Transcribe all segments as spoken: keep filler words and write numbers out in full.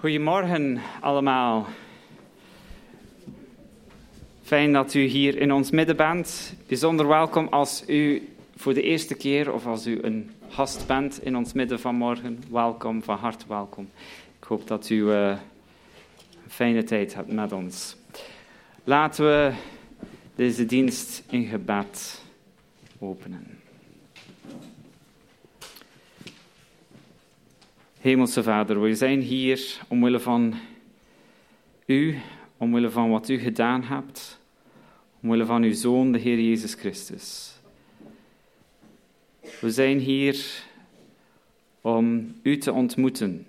Goedemorgen allemaal. Fijn dat u hier in ons midden bent. Bijzonder welkom als u voor de eerste keer of als u een gast bent in ons midden vanmorgen. Welkom, van harte welkom. Ik hoop dat u uh, een fijne tijd hebt met ons. Laten we deze dienst in gebed openen. Hemelse Vader, we zijn hier omwille van u, omwille van wat u gedaan hebt, omwille van uw Zoon, de Heer Jezus Christus. We zijn hier om u te ontmoeten,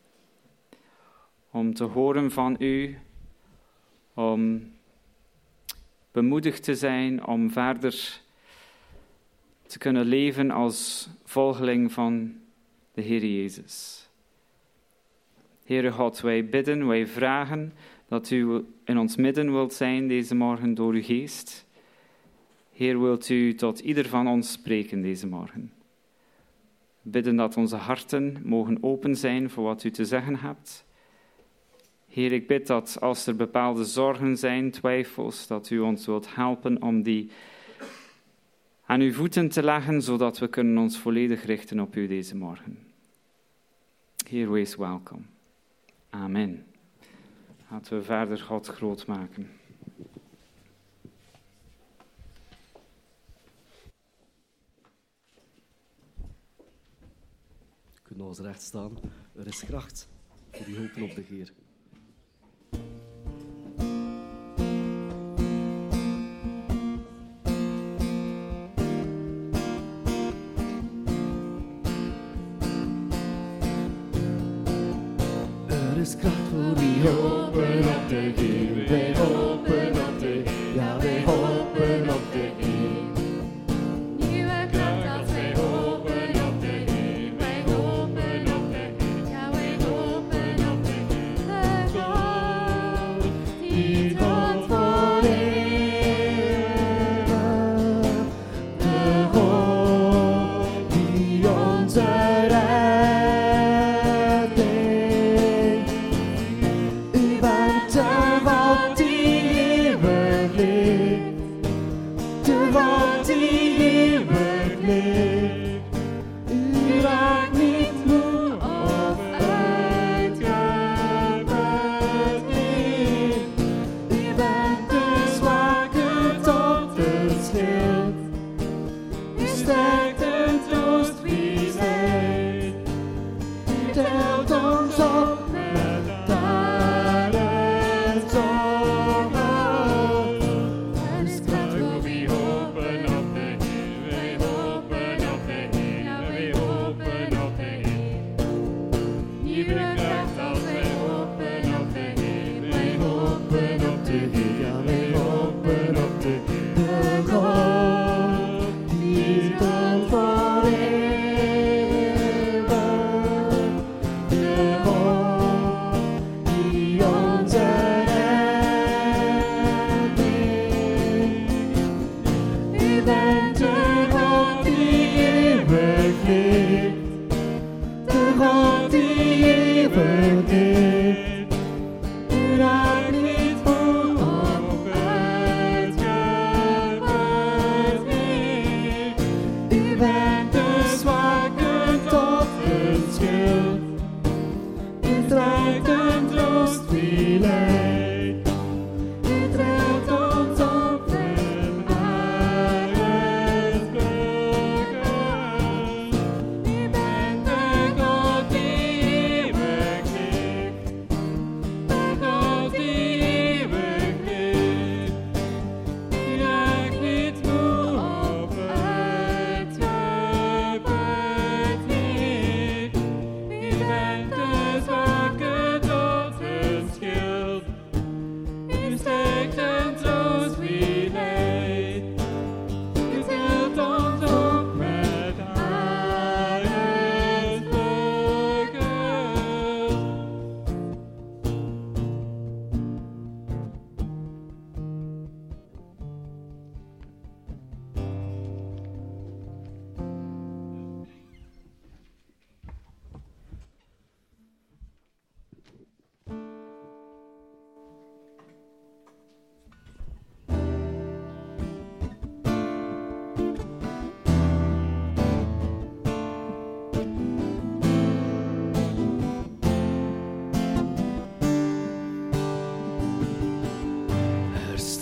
om te horen van u, om bemoedigd te zijn, om verder te kunnen leven als volgeling van de Heer Jezus. Heere God, wij bidden, wij vragen dat u in ons midden wilt zijn deze morgen door uw geest. Heer, wilt u tot ieder van ons spreken deze morgen. We bidden dat onze harten mogen open zijn voor wat u te zeggen hebt. Heer, ik bid dat als er bepaalde zorgen zijn, twijfels, dat u ons wilt helpen om die aan uw voeten te leggen, zodat we kunnen ons volledig richten op u deze morgen. Heer, wees welkom. Amen. Laten we verder God groot maken. We kunnen ons recht staan. Er is kracht voor die hopen op de Heer. Er is kracht voor wie hopen op de Heer. Wij hopen op de Heer. Ja, wij hopen op de Heer. Nieuwe kracht als wij hopen op de Heer. Wij hopen op de Heer. Ja, wij hopen op de Heer. De God die komt voor eeuwig. De God die ons redt.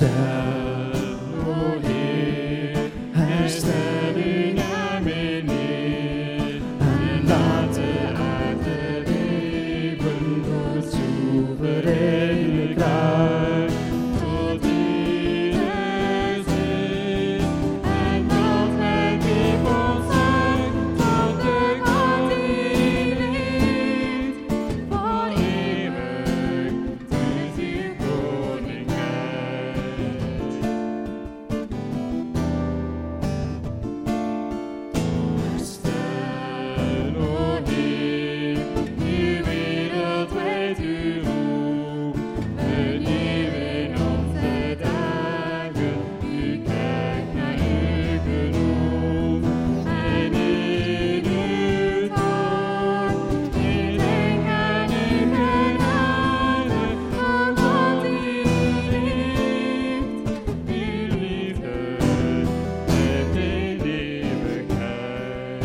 Herstel, o Heer, herstel uw naam in eer. En laat de aarde beven door soevereine kracht. Tot ieder zin. En dat het diep ons uit tot de God die leeft. Voor eeuwig is uw koninkrijk. Herstel, o Heer, uw wereldwijd uw roem. Vernieuw in onze dagen, u kijkt naar uw geloof. En in uw toorn, u denkt aan uw genade. O God die leeft, uw liefde met in eeuwigheid.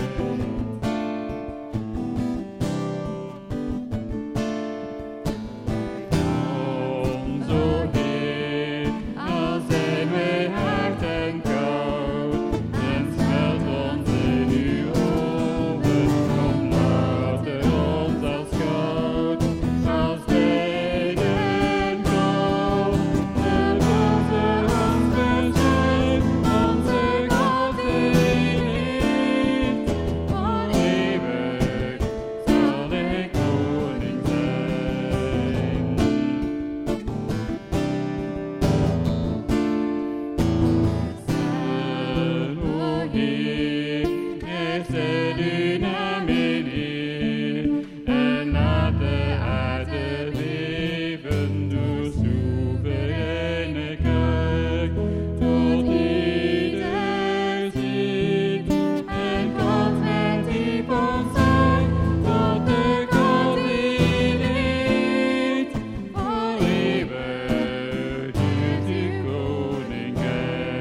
Ons, o Heer, al zijn wij hard en koud, en smelt ons in uw ogen, omlaat ons als goud, als lijden koud. Terwijl ze ons beschrijft, onze God die leeft, voor eeuwig zal hij koning zijn. Herstel, o Heer, herstel uw naam in eer. En laat de aarde beven door soevereine kracht. Tot ieder ziet en komt het diep ons uit. Tot de God die leeft, voor eeuwig duurt uw koninkrijk.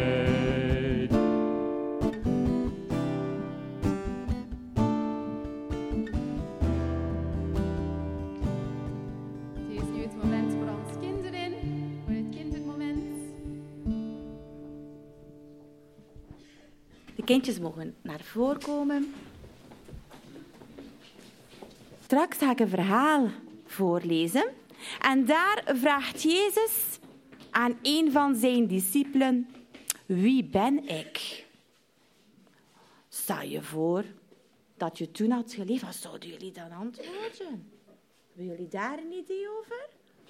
Het is nu het moment voor ons kinderen, voor het kindermoment. De kindjes mogen naar voren komen. Straks ga ik een verhaal voorlezen. En daar vraagt Jezus aan een van zijn discipelen: wie ben ik? Stel je voor dat je toen had geleefd, wat zouden jullie dan antwoorden? Hebben jullie daar een idee over?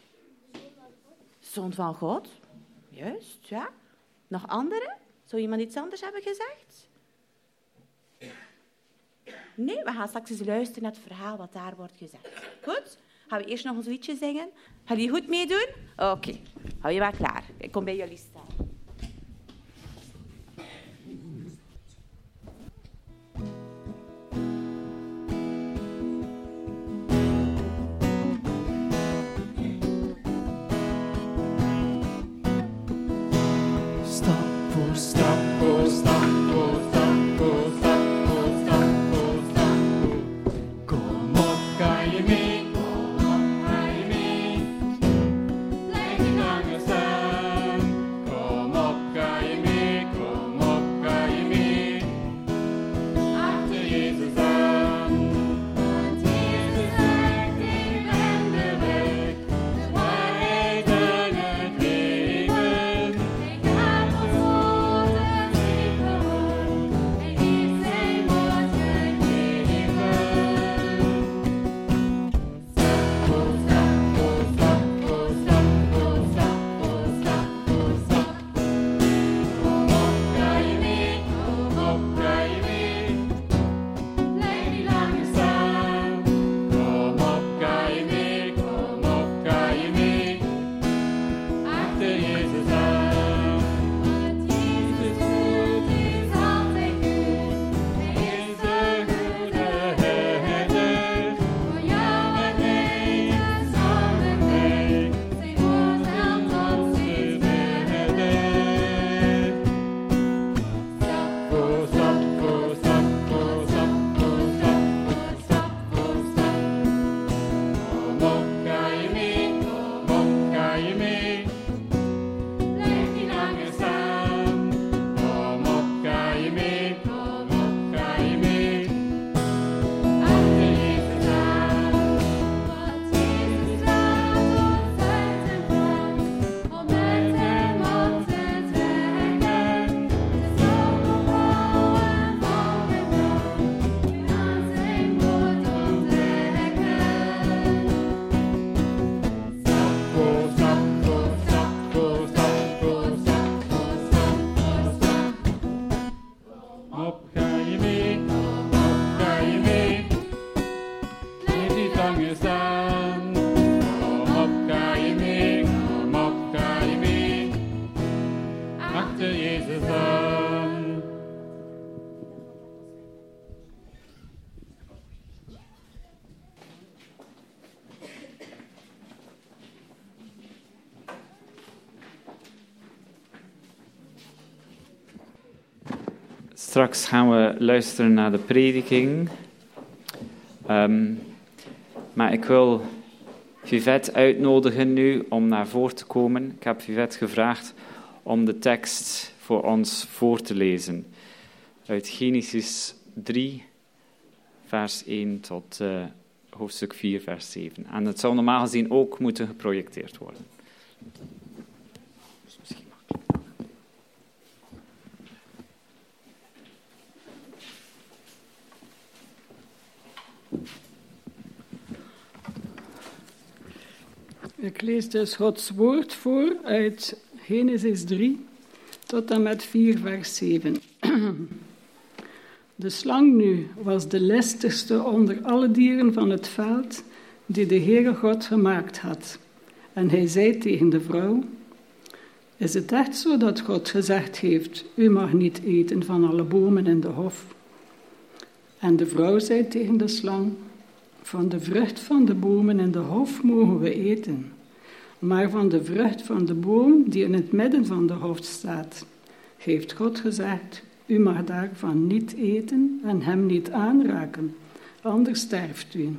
Zoon van God. Juist, ja. Nog andere? Zou iemand iets anders hebben gezegd? Nee, we gaan straks eens luisteren naar het verhaal wat daar wordt gezegd. Goed? Gaan we eerst nog ons liedje zingen? Gaan jullie goed meedoen? Oké. Hou je maar klaar. Ik kom bij jullie staan. Stap voor stap, voor stap, voor stap, voor stap, voor stap, voor stap. Kom op, ga je mee, kom op, ga je mee. Blijf niet langer staan, kom slangen staan. Kom op, ga je mee, kom op, ga je mee. Achter Jezus aan. Straks gaan we luisteren naar de prediking. Um, maar ik wil Vivette uitnodigen nu om naar voren te komen. Ik heb Vivette gevraagd om de tekst voor ons voor te lezen. Uit Genesis drie, vers één tot uh, hoofdstuk vier, vers zeven. En het zou normaal gezien ook moeten geprojecteerd worden. Ik lees dus Gods woord voor uit Genesis drie tot en met vier, vers zeven. De slang nu was de listigste onder alle dieren van het veld die de Heere God gemaakt had. En hij zei tegen de vrouw: is het echt zo dat God gezegd heeft, u mag niet eten van alle bomen in de hof? En de vrouw zei tegen de slang: van de vrucht van de bomen in de hof mogen we eten, maar van de vrucht van de boom die in het midden van de hof staat, heeft God gezegd, u mag daarvan niet eten en hem niet aanraken, anders sterft u.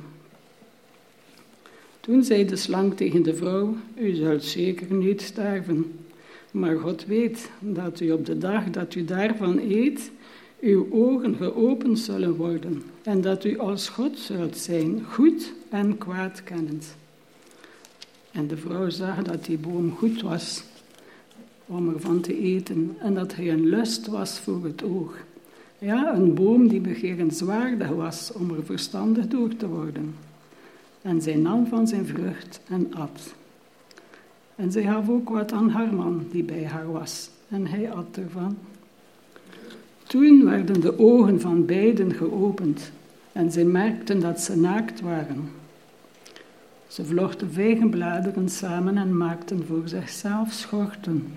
Toen zei de slang tegen de vrouw: u zult zeker niet sterven, maar God weet dat u op de dag dat u daarvan eet, uw ogen geopend zullen worden en dat u als God zult zijn, goed en kwaad kennend. En de vrouw zag dat die boom goed was om ervan te eten en dat hij een lust was voor het oog. Ja, een boom die begerenswaardig was om er verstandig door te worden. En zij nam van zijn vrucht en at. En zij gaf ook wat aan haar man die bij haar was en hij at ervan. Toen werden de ogen van beiden geopend en zij merkten dat ze naakt waren. Ze vlochten vijgenbladeren samen en maakten voor zichzelf schorten.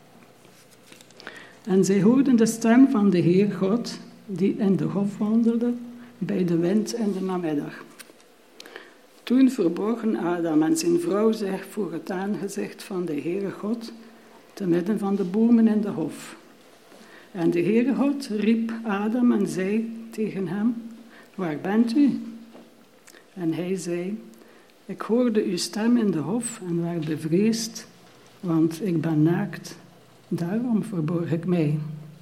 En zij hoorden de stem van de Heer God, die in de hof wandelde, bij de wind in de namiddag. Toen verborgen Adam en zijn vrouw zich voor het aangezicht van de Heere God, te midden van de bomen in de hof. En de Heere God riep Adam en zei tegen hem: waar bent u? En hij zei: ik hoorde uw stem in de hof en werd bevreesd, want ik ben naakt, daarom verborg ik mij.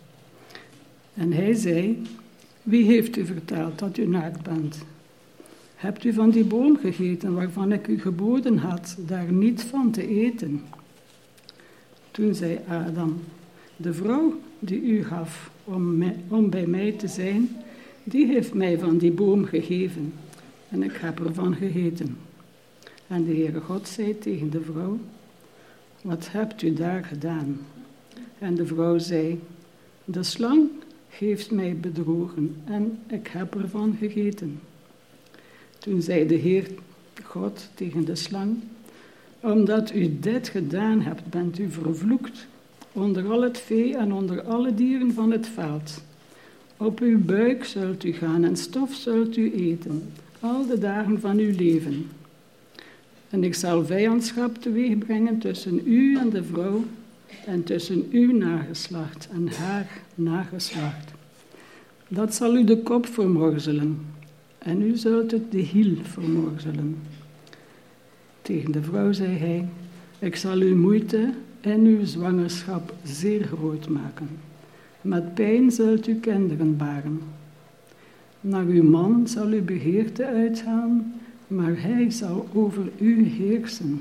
En hij zei: wie heeft u verteld dat u naakt bent? Hebt u van die boom gegeten waarvan ik u geboden had daar niet van te eten? Toen zei Adam: de vrouw die u gaf om, mij, om bij mij te zijn, die heeft mij van die boom gegeven en ik heb ervan gegeten. En de Heere God zei tegen de vrouw: wat hebt u daar gedaan? En de vrouw zei: de slang heeft mij bedrogen en ik heb ervan gegeten. Toen zei de Heer God tegen de slang: omdat u dit gedaan hebt, bent u vervloekt onder al het vee en onder alle dieren van het veld. Op uw buik zult u gaan en stof zult u eten, al de dagen van uw leven. En ik zal vijandschap teweegbrengen tussen u en de vrouw, en tussen uw nageslacht en haar nageslacht. Dat zal u de kop vermorzelen, en u zult het de hiel vermorzelen. Tegen de vrouw zei hij: ik zal uw moeite en uw zwangerschap zeer groot maken. Met pijn zult u kinderen baren. Naar uw man zal uw begeerte uitgaan, maar hij zal over u heersen.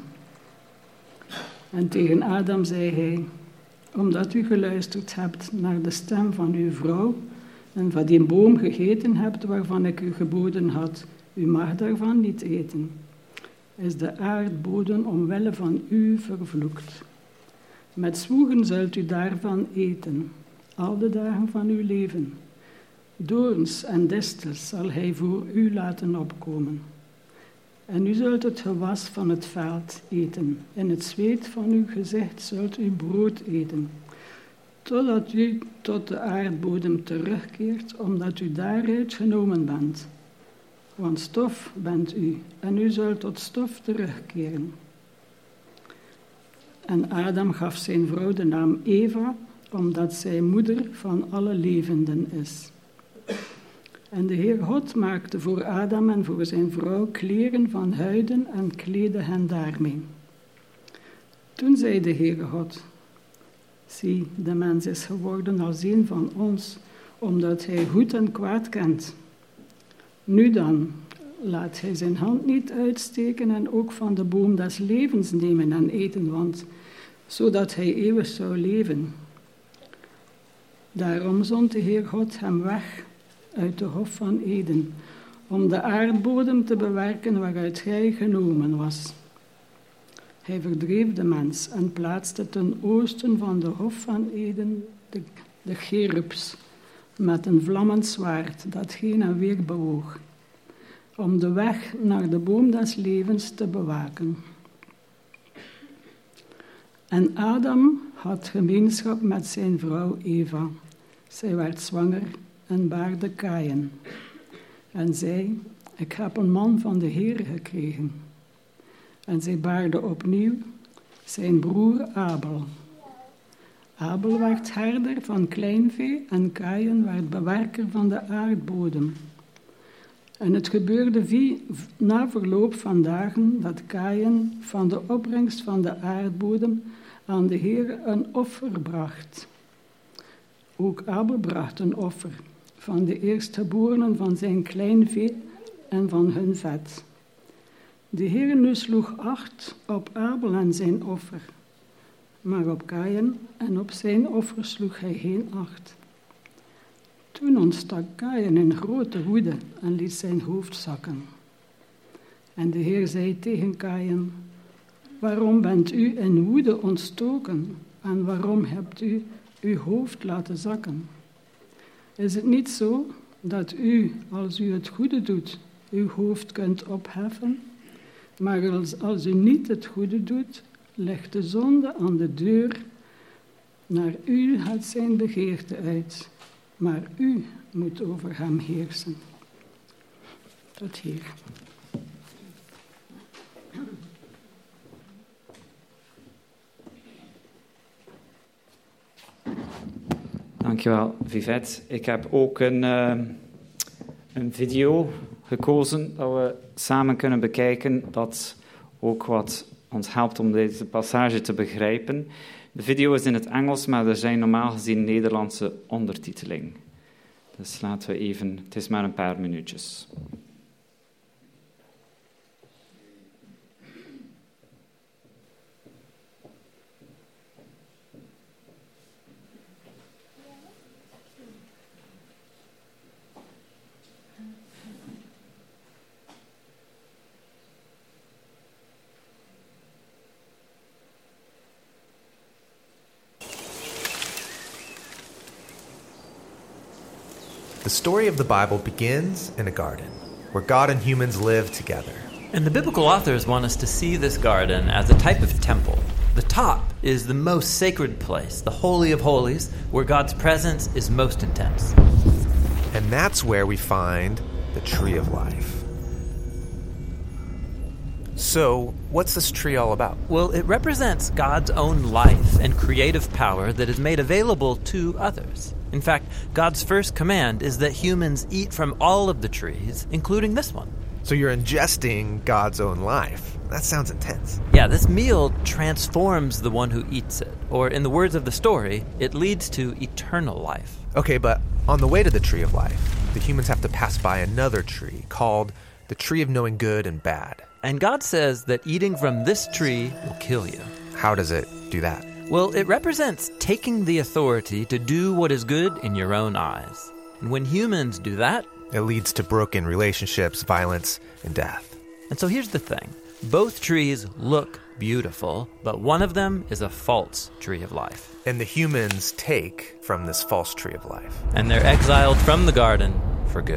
En tegen Adam zei hij: omdat u geluisterd hebt naar de stem van uw vrouw en van die boom gegeten hebt waarvan ik u geboden had, u mag daarvan niet eten, is de aardbodem omwille van u vervloekt. Met zwoegen zult u daarvan eten, al de dagen van uw leven. Doorns en distels zal hij voor u laten opkomen. En u zult het gewas van het veld eten. In het zweet van uw gezicht zult u brood eten. Totdat u tot de aardbodem terugkeert, omdat u daaruit genomen bent. Want stof bent u, en u zult tot stof terugkeren. En Adam gaf zijn vrouw de naam Eva, omdat zij moeder van alle levenden is. En de Heer God maakte voor Adam en voor zijn vrouw kleren van huiden en kleedde hen daarmee. Toen zei de Heere God: zie, de mens is geworden als een van ons, omdat hij goed en kwaad kent. Nu dan, laat hij zijn hand niet uitsteken en ook van de boom des levens nemen en eten, want zodat hij eeuwig zou leven. Daarom zond de Heer God hem weg uit de hof van Eden, om de aardbodem te bewerken waaruit hij genomen was. Hij verdreef de mens en plaatste ten oosten van de hof van Eden de, de cherubs met een vlammend zwaard dat heen en weer bewoog, om de weg naar de boom des levens te bewaken. En Adam had gemeenschap met zijn vrouw Eva. Zij werd zwanger en baarde Kaïn. En zei: ik heb een man van de Heere gekregen. En zij baarde opnieuw zijn broer Abel. Abel werd herder van kleinvee en Kaïn werd bewerker van de aardbodem. En het gebeurde vie, na verloop van dagen dat Kaïn van de opbrengst van de aardbodem aan de Heer een offer bracht. Ook Abel bracht een offer van de eerstgeborenen van zijn kleinvee en van hun vet. De Heer nu sloeg acht op Abel en zijn offer, maar op Kaïn en op zijn offer sloeg hij geen acht. Toen ontstak Kaïn in grote woede en liet zijn hoofd zakken. En de Heer zei tegen Kaïn: waarom bent u in woede ontstoken en waarom hebt u uw hoofd laten zakken? Is het niet zo dat u, als u het goede doet, uw hoofd kunt opheffen? Maar als, als u niet het goede doet, legt de zonde aan de deur. Naar u gaat zijn begeerte uit, maar u moet over hem heersen. Tot hier. Dankjewel, Vivette. Ik heb ook een, uh, een video gekozen dat we samen kunnen bekijken, dat ook wat ons helpt om deze passage te begrijpen. De video is in het Engels, maar er zijn normaal gezien Nederlandse ondertiteling. Dus laten we even, het is maar een paar minuutjes. The story of the Bible begins in a garden, where God and humans live together. And the biblical authors want us to see this garden as a type of temple. The top is the most sacred place, the Holy of Holies, where God's presence is most intense. And that's where we find the tree of life. So, what's this tree all about? Well, it represents God's own life and creative power that is made available to others. In fact, God's first command is that humans eat from all of the trees, including this one. So you're ingesting God's own life. That sounds intense. Yeah, this meal transforms the one who eats it. Or in the words of the story, it leads to eternal life. Okay, but on the way to the tree of life, the humans have to pass by another tree called the tree of knowing good and bad. And God says that eating from this tree will kill you. How does it do that? Well, it represents taking the authority to do what is good in your own eyes. And when humans do that, it leads to broken relationships, violence, and death. And so here's the thing. Both trees look beautiful, but one of them is a false tree of life. And the humans take from this false tree of life. And they're exiled from the garden for good.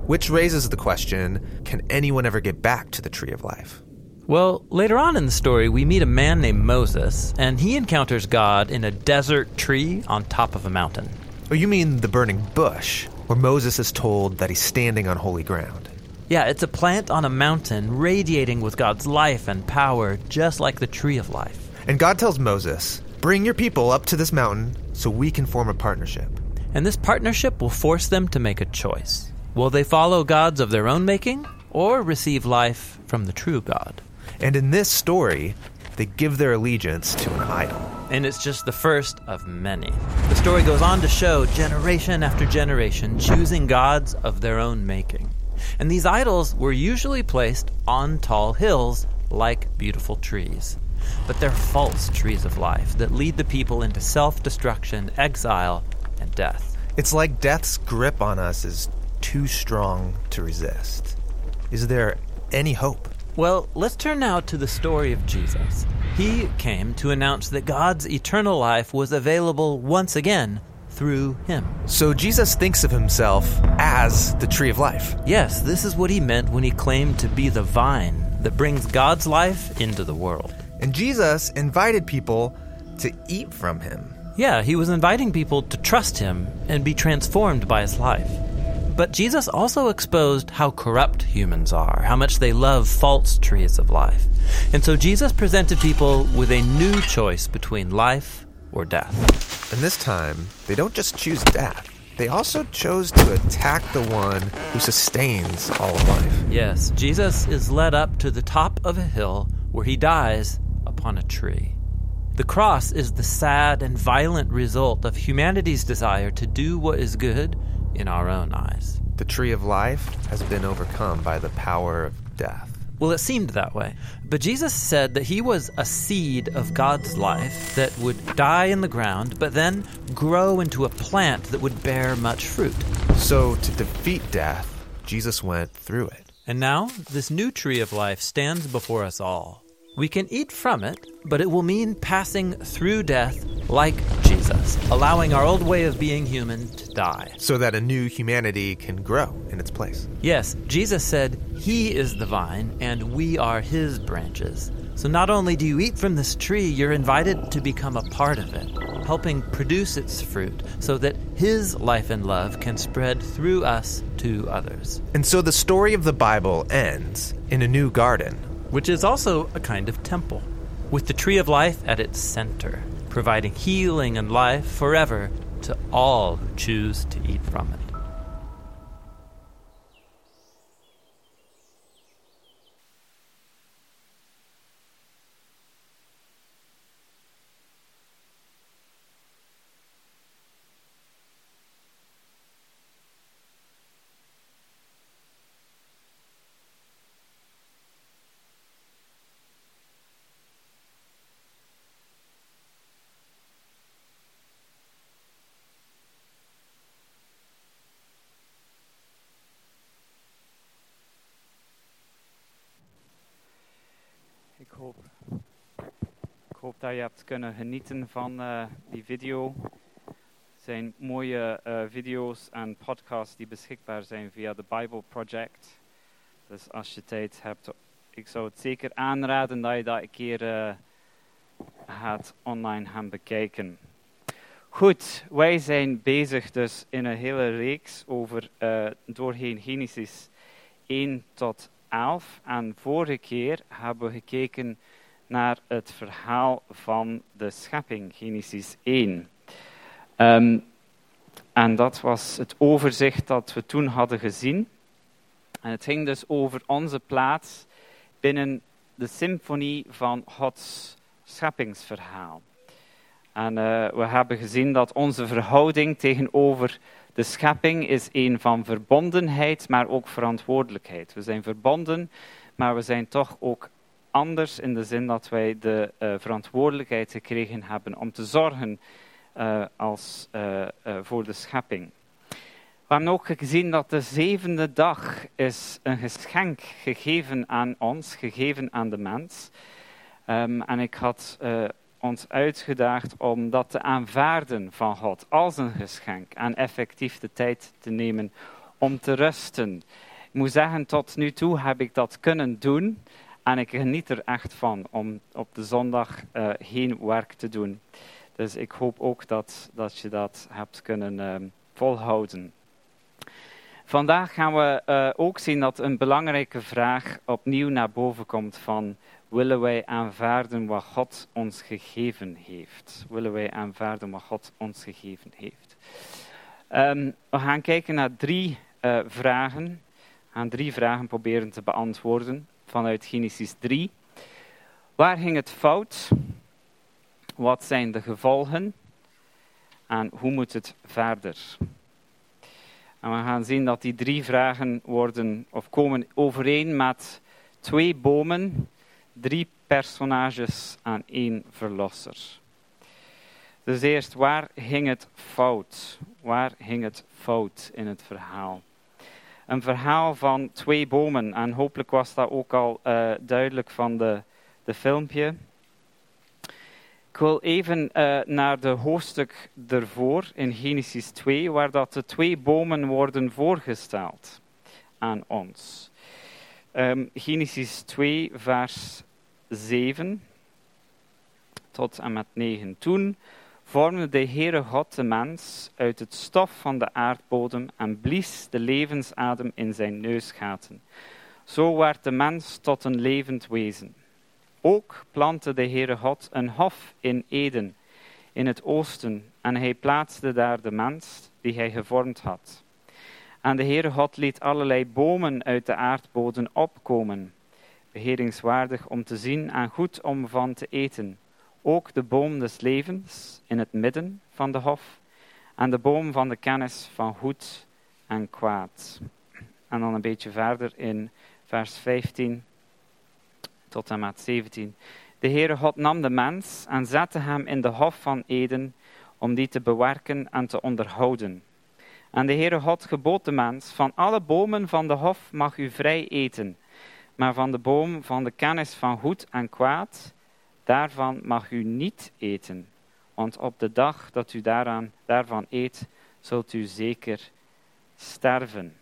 Which raises the question, can anyone ever get back to the tree of life? Well, later on in the story, we meet a man named Moses, and he encounters God in a desert tree on top of a mountain. Oh, you mean the burning bush, where Moses is told that he's standing on holy ground. Yeah, it's a plant on a mountain radiating with God's life and power, just like the tree of life. And God tells Moses, bring your people up to this mountain so we can form a partnership. And this partnership will force them to make a choice. Will they follow gods of their own making, or receive life from the true God? And in this story, they give their allegiance to an idol. And it's just the first of many. The story goes on to show generation after generation choosing gods of their own making. And these idols were usually placed on tall hills like beautiful trees. But they're false trees of life that lead the people into self-destruction, exile, and death. It's like death's grip on us is too strong to resist. Is there any hope? Well, let's turn now to the story of Jesus. He came to announce that God's eternal life was available once again through him. So Jesus thinks of himself as the tree of life. Yes, this is what he meant when he claimed to be the vine that brings God's life into the world. And Jesus invited people to eat from him. Yeah, he was inviting people to trust him and be transformed by his life. But Jesus also exposed how corrupt humans are, how much they love false trees of life. And so Jesus presented people with a new choice between life or death. And this time, they don't just choose death. They also chose to attack the one who sustains all of life. Yes, Jesus is led up to the top of a hill where he dies upon a tree. The cross is the sad and violent result of humanity's desire to do what is good in our own eyes. The tree of life has been overcome by the power of death. Well, it seemed that way. But Jesus said that he was a seed of God's life that would die in the ground, but then grow into a plant that would bear much fruit. So to defeat death, Jesus went through it. And now, this new tree of life stands before us all. We can eat from it, but it will mean passing through death like Jesus, allowing our old way of being human to die. So that a new humanity can grow in its place. Yes, Jesus said he is the vine and we are his branches. So not only do you eat from this tree, you're invited to become a part of it, helping produce its fruit so that his life and love can spread through us to others. And so the story of the Bible ends in a new garden, which is also a kind of temple, with the tree of life at its center, providing healing and life forever to all who choose to eat from it. Ik hoop, ik hoop dat je hebt kunnen genieten van uh, die video. Het zijn mooie uh, video's en podcasts die beschikbaar zijn via de Bible Project. Dus als je tijd hebt, ik zou het zeker aanraden dat je dat een keer uh, gaat online gaan bekijken. Goed, wij zijn bezig dus in een hele reeks over uh, doorheen Genesis één tot elf. En vorige keer hebben we gekeken naar het verhaal van de schepping, Genesis één. Um, en dat was het overzicht dat we toen hadden gezien. En het ging dus over onze plaats binnen de symfonie van Gods scheppingsverhaal. En uh, we hebben gezien dat onze verhouding tegenover de schepping is een van verbondenheid, maar ook verantwoordelijkheid. We zijn verbonden, maar we zijn toch ook anders in de zin dat wij de uh, verantwoordelijkheid gekregen hebben om te zorgen uh, als, uh, uh, voor de schepping. We hebben ook gezien dat de zevende dag is een geschenk gegeven aan ons, gegeven aan de mens. Um, en ik had uh, ons uitgedaagd om dat te aanvaarden van God als een geschenk en effectief de tijd te nemen om te rusten. Ik moet zeggen, tot nu toe heb ik dat kunnen doen. En ik geniet er echt van om op de zondag uh, geen werk te doen. Dus ik hoop ook dat, dat je dat hebt kunnen uh, volhouden. Vandaag gaan we uh, ook zien dat een belangrijke vraag opnieuw naar boven komt van... Willen wij aanvaarden wat God ons gegeven heeft? Willen wij aanvaarden wat God ons gegeven heeft? Um, we gaan kijken naar drie uh, vragen. We gaan drie vragen proberen te beantwoorden vanuit Genesis drie. Waar ging het fout? Wat zijn de gevolgen? En hoe moet het verder? En we gaan zien dat die drie vragen worden of komen overeen met twee bomen, drie personages en één verlosser. Dus eerst, waar ging het fout? Waar ging het fout in het verhaal? Een verhaal van twee bomen. En hopelijk was dat ook al uh, duidelijk van de, de filmpje. Ik wil even uh, naar de hoofdstuk ervoor in Genesis twee, waar dat de twee bomen worden voorgesteld aan ons. Um, Genesis twee, vers zeven tot en met negen. Toen vormde de Heere God de mens uit het stof van de aardbodem en blies de levensadem in zijn neusgaten. Zo werd de mens tot een levend wezen. Ook plantte de Heere God een hof in Eden, in het oosten, en hij plaatste daar de mens die hij gevormd had. En de Heere God liet allerlei bomen uit de aardbodem opkomen, beheringswaardig om te zien en goed om van te eten. Ook de boom des levens in het midden van de hof en de boom van de kennis van goed en kwaad. En dan een beetje verder in vers vijftien tot en met zeventien. De Heere God nam de mens en zette hem in de hof van Eden om die te bewerken en te onderhouden. En de Heere God gebood de mens, van alle bomen van de hof mag u vrij eten, maar van de boom van de kennis van goed en kwaad, daarvan mag u niet eten, want op de dag dat u daaraan, daarvan eet, zult u zeker sterven.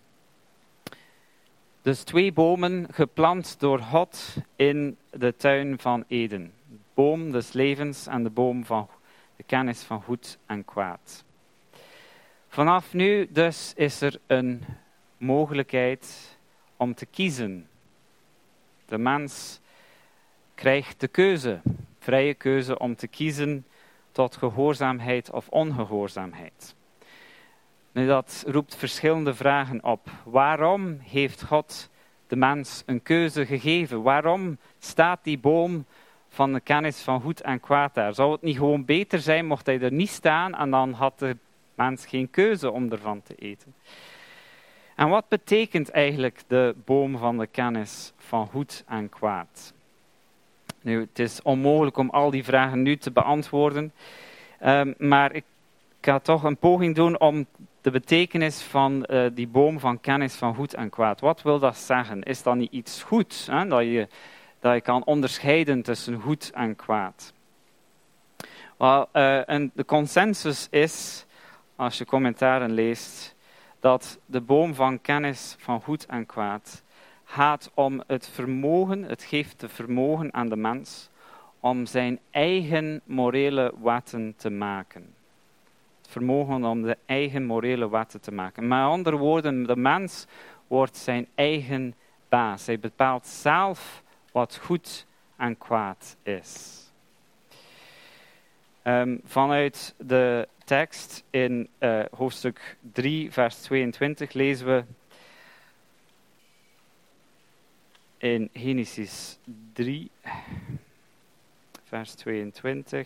Dus twee bomen geplant door God in de tuin van Eden. De boom des levens en de boom van de kennis van goed en kwaad. Vanaf nu dus is er een mogelijkheid om te kiezen. De mens krijgt de keuze, vrije keuze om te kiezen tot gehoorzaamheid of ongehoorzaamheid. Nu, dat roept verschillende vragen op. Waarom heeft God de mens een keuze gegeven? Waarom staat die boom van de kennis van goed en kwaad daar? Zou het niet gewoon beter zijn mocht hij er niet staan en dan had de mens geen keuze om ervan te eten? En wat betekent eigenlijk de boom van de kennis van goed en kwaad? Nu, het is onmogelijk om al die vragen nu te beantwoorden, um, maar ik ga toch een poging doen om de betekenis van uh, die boom van kennis van goed en kwaad. Wat wil dat zeggen? Is dat niet iets goeds, hè? Dat je, dat je kan onderscheiden tussen goed en kwaad? Wel, uh, en de consensus is, als je commentaren leest, dat de boom van kennis van goed en kwaad gaat om het vermogen, het geeft de vermogen aan de mens om zijn eigen morele wetten te maken. Het vermogen om de eigen morele wetten te maken. Met andere woorden, de mens wordt zijn eigen baas. Hij bepaalt zelf wat goed en kwaad is. Um, vanuit de tekst in uh, hoofdstuk drie, vers tweeëntwintig lezen we in Genesis drie, vers tweeëntwintig,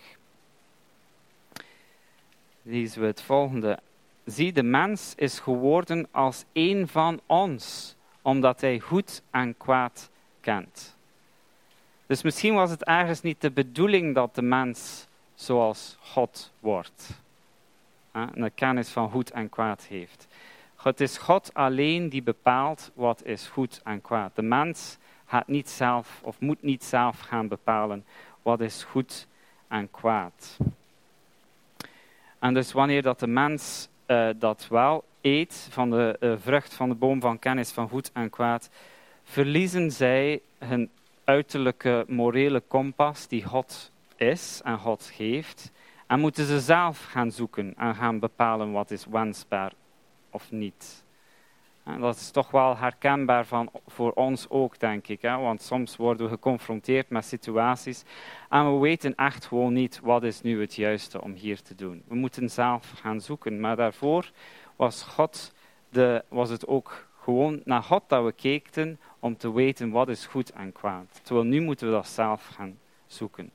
lezen we het volgende. Zie, de mens is geworden als een van ons, omdat hij goed en kwaad kent. Dus misschien was het ergens niet de bedoeling dat de mens zoals God wordt. Een kennis van goed en kwaad heeft. Het is God alleen die bepaalt wat is goed en kwaad. De mens gaat niet zelf of moet niet zelf gaan bepalen wat is goed en kwaad. En dus wanneer dat de mens uh, dat wel eet van de uh, vrucht van de boom van kennis van goed en kwaad, verliezen zij hun uiterlijke morele kompas die God is en God geeft, en moeten ze zelf gaan zoeken en gaan bepalen wat is wensbaar of niet. En dat is toch wel herkenbaar van, voor ons ook, denk ik. Hè? Want soms worden we geconfronteerd met situaties en we weten echt gewoon niet wat is nu het juiste om hier te doen. We moeten zelf gaan zoeken, maar daarvoor was, God de, was het ook gewoon naar God dat we keken om te weten wat is goed en kwaad. Terwijl nu moeten we dat zelf gaan zoeken.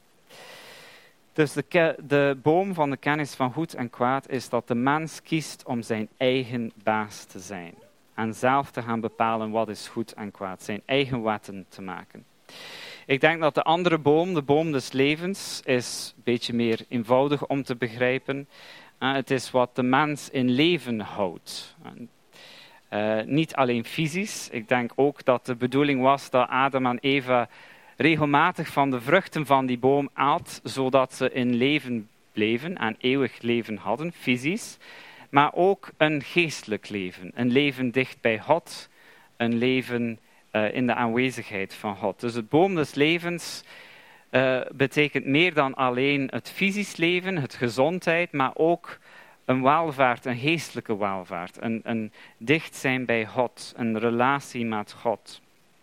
Dus de, ke- de boom van de kennis van goed en kwaad is dat de mens kiest om zijn eigen baas te zijn. En zelf te gaan bepalen wat is goed en kwaad. Zijn eigen wetten te maken. Ik denk dat de andere boom, de boom des levens, is een beetje meer eenvoudig om te begrijpen. Uh, het is wat de mens in leven houdt. Uh, niet alleen fysisch. Ik denk ook dat de bedoeling was dat Adam en Eva regelmatig van de vruchten van die boom at, zodat ze in leven bleven en eeuwig leven hadden, fysisch. Maar ook een geestelijk leven. Een leven dicht bij God. Een leven uh, in de aanwezigheid van God. Dus het boom des levens uh, betekent meer dan alleen het fysisch leven, het gezondheid, maar ook een welvaart, een geestelijke welvaart. Een, een dicht zijn bij God, een relatie met God.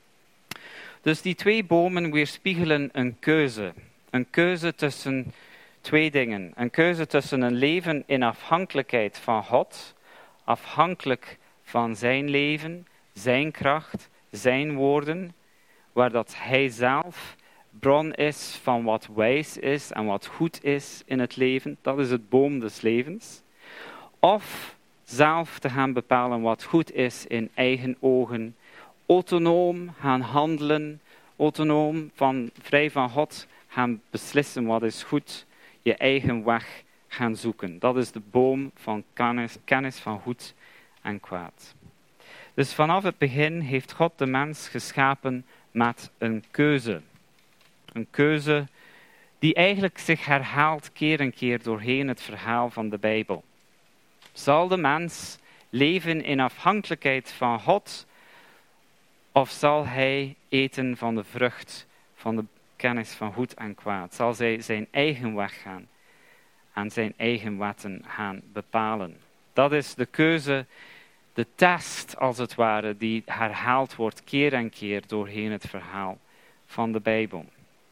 Dus die twee bomen weerspiegelen een keuze. Een keuze tussen twee dingen. Een keuze tussen een leven in afhankelijkheid van God, afhankelijk van zijn leven, zijn kracht, zijn woorden, waar dat hij zelf bron is van wat wijs is en wat goed is in het leven. Dat is het boom des levens. Of zelf te gaan bepalen wat goed is in eigen ogen, autonoom gaan handelen, autonoom van, vrij van God gaan beslissen wat is goed, je eigen weg gaan zoeken. Dat is de boom van kennis, kennis van goed en kwaad. Dus vanaf het begin heeft God de mens geschapen met een keuze. Een keuze die eigenlijk zich herhaalt keer en keer doorheen het verhaal van de Bijbel. Zal de mens leven in afhankelijkheid van God, of zal hij eten van de vrucht van de kennis van goed en kwaad? Zal zij zijn eigen weg gaan en zijn eigen wetten gaan bepalen? Dat is de keuze, de test als het ware, die herhaald wordt keer en keer doorheen het verhaal van de Bijbel.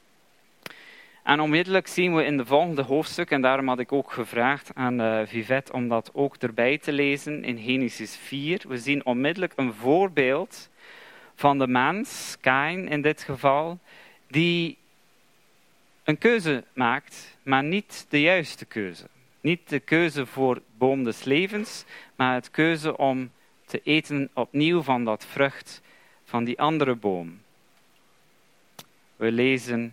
En onmiddellijk zien we in de volgende hoofdstuk, en daarom had ik ook gevraagd aan uh, Vivette om dat ook erbij te lezen in Genesis vier. We zien onmiddellijk een voorbeeld van de mens, Kain in dit geval, die een keuze maakt, maar niet de juiste keuze. Niet de keuze voor boom des levens, maar het keuze om te eten opnieuw van dat vrucht van die andere boom. We lezen,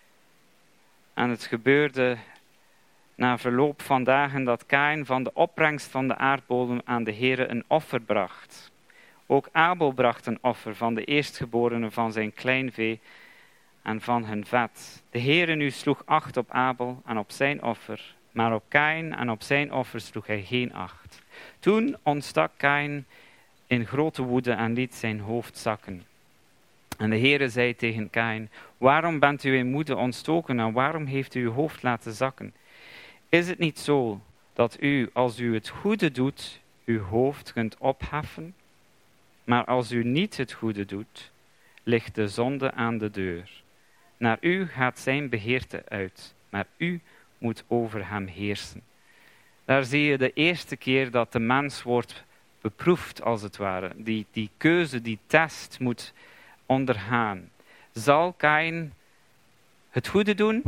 en het gebeurde na verloop van dagen dat Kain van de opbrengst van de aardbodem aan de Heere een offer bracht. Ook Abel bracht een offer van de eerstgeborenen van zijn kleinvee en van hun vet. De Heere nu sloeg acht op Abel en op zijn offer, maar op Kain en op zijn offer sloeg hij geen acht. Toen ontstak Kain in grote woede en liet zijn hoofd zakken. En de Heere zei tegen Kain, waarom bent u in woede ontstoken en waarom heeft u uw hoofd laten zakken? Is het niet zo dat u, als u het goede doet, uw hoofd kunt opheffen? Maar als u niet het goede doet, ligt de zonde aan de deur. Naar u gaat zijn begeerte uit, maar u moet over hem heersen. Daar zie je de eerste keer dat de mens wordt beproefd, als het ware. Die, die keuze, die test moet ondergaan. Zal Kain het goede doen?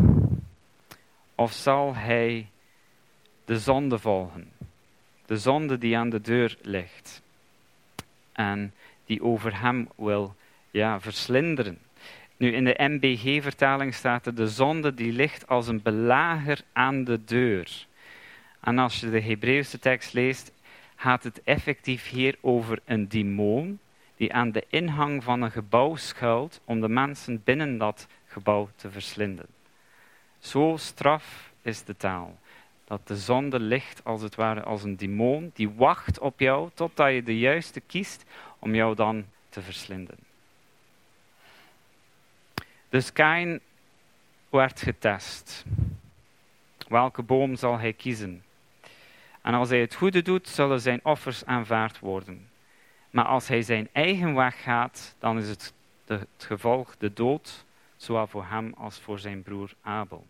Of zal hij de zonde volgen? De zonde die aan de deur ligt. En die over hem wil ja, verslinderen. Nu, in de M B G-vertaling staat er, de zonde die ligt als een belager aan de deur. En als je de Hebreeuwse tekst leest, gaat het effectief hier over een demon die aan de ingang van een gebouw schuilt om de mensen binnen dat gebouw te verslinden. Zo straf is de taal. Dat de zonde ligt als het ware als een demon die wacht op jou totdat je de juiste kiest om jou dan te verslinden. Dus Kaïn werd getest. Welke boom zal hij kiezen? En als hij het goede doet, zullen zijn offers aanvaard worden. Maar als hij zijn eigen weg gaat, dan is het, de, het gevolg de dood, zowel voor hem als voor zijn broer Abel.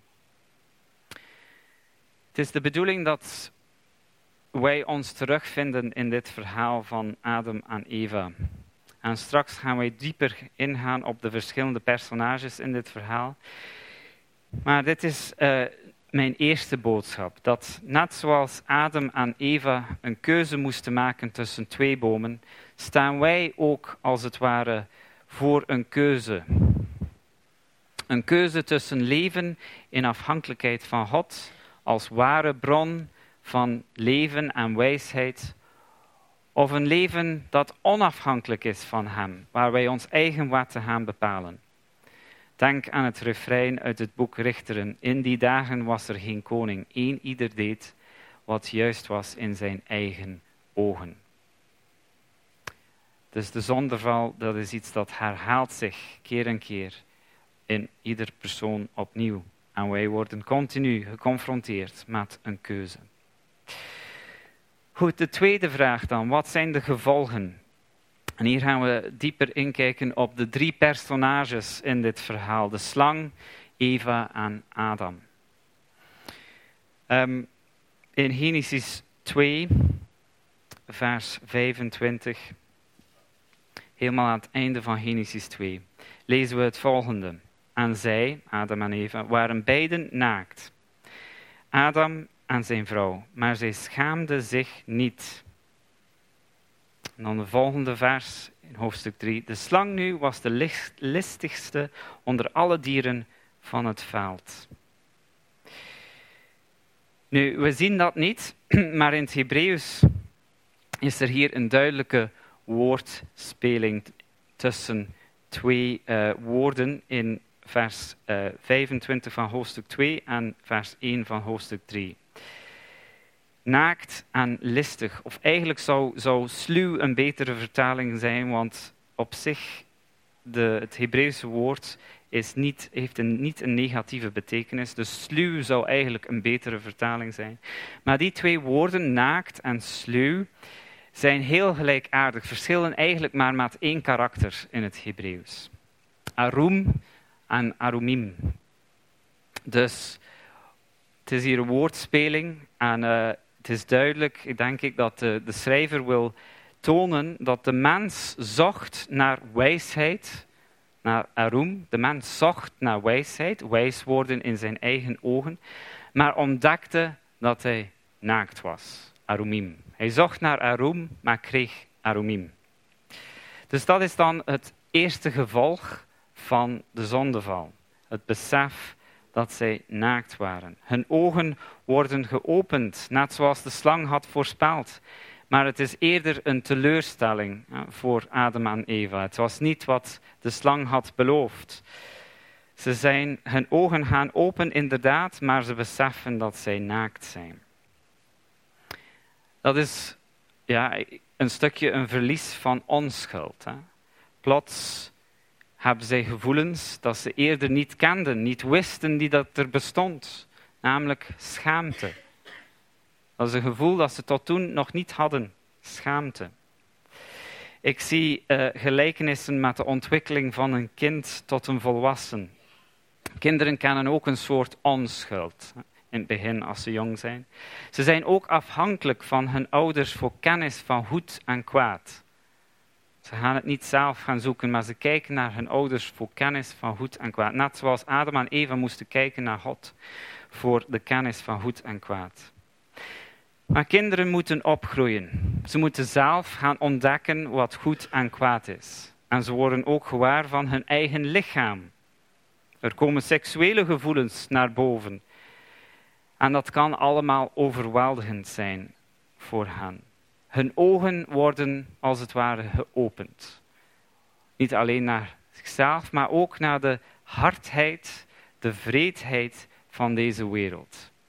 Het is de bedoeling dat wij ons terugvinden in dit verhaal van Adam en Eva. En straks gaan wij dieper ingaan op de verschillende personages in dit verhaal. Maar dit is uh, mijn eerste boodschap. Dat net zoals Adam en Eva een keuze moesten maken tussen twee bomen, staan wij ook als het ware voor een keuze. Een keuze tussen leven in afhankelijkheid van God als ware bron van leven en wijsheid, of een leven dat onafhankelijk is van hem, waar wij ons eigen wetten gaan bepalen. Denk aan het refrein uit het boek Richteren. In die dagen was er geen koning. Eén ieder deed wat juist was in zijn eigen ogen. Dus de zondeval, dat is iets dat herhaalt zich keer en keer in ieder persoon opnieuw. En wij worden continu geconfronteerd met een keuze. Goed, de tweede vraag dan. Wat zijn de gevolgen? En hier gaan we dieper inkijken op de drie personages in dit verhaal. De slang, Eva en Adam. Um, in Genesis twee, vers vijfentwintig, helemaal aan het einde van Genesis twee, lezen we het volgende. En zij, Adam en Eva, waren beiden naakt. Adam en zijn vrouw, maar zij schaamden zich niet. En dan de volgende vers in hoofdstuk drie. De slang nu was de listigste onder alle dieren van het veld. Nu, we zien dat niet, maar in het Hebreeuws is er hier een duidelijke woordspeling tussen twee uh, woorden in vers uh, vijfentwintig van hoofdstuk twee en vers één van hoofdstuk drie. Naakt en listig, of eigenlijk zou, zou sluw een betere vertaling zijn, want op zich de, het Hebreeuwse woord is niet, heeft een, niet een negatieve betekenis, dus sluw zou eigenlijk een betere vertaling zijn. Maar die twee woorden, naakt en sluw, zijn heel gelijkaardig, verschillen eigenlijk maar met één karakter in het Hebreeuws. Arum en arumim. Dus het is hier een woordspeling en uh, het is duidelijk, denk ik, dat de, de schrijver wil tonen dat de mens zocht naar wijsheid, naar arum. De mens zocht naar wijsheid, wijs worden in zijn eigen ogen, maar ontdekte dat hij naakt was. Arumim. Hij zocht naar arum, maar kreeg arumim. Dus dat is dan het eerste gevolg van de zondeval. Het besef dat zij naakt waren. Hun ogen worden geopend, net zoals de slang had voorspeld. Maar het is eerder een teleurstelling ja, voor Adam en Eva. Het was niet wat de slang had beloofd. Ze zijn, hun ogen gaan open inderdaad, maar ze beseffen dat zij naakt zijn. Dat is ja, een stukje een verlies van onschuld. Hè. Plots hebben zij gevoelens dat ze eerder niet kenden, niet wisten die dat er bestond. Namelijk schaamte. Dat is een gevoel dat ze tot toen nog niet hadden. Schaamte. Ik zie uh, gelijkenissen met de ontwikkeling van een kind tot een volwassen. Kinderen kennen ook een soort onschuld. In het begin, als ze jong zijn. Ze zijn ook afhankelijk van hun ouders voor kennis van goed en kwaad. Ze gaan het niet zelf gaan zoeken, maar ze kijken naar hun ouders voor kennis van goed en kwaad. Net zoals Adam en Eva moesten kijken naar God voor de kennis van goed en kwaad. Maar kinderen moeten opgroeien. Ze moeten zelf gaan ontdekken wat goed en kwaad is. En ze worden ook gewaar van hun eigen lichaam. Er komen seksuele gevoelens naar boven. En dat kan allemaal overweldigend zijn voor hen. Hun ogen worden als het ware geopend. Niet alleen naar zichzelf, maar ook naar de hardheid, de wreedheid van deze wereld.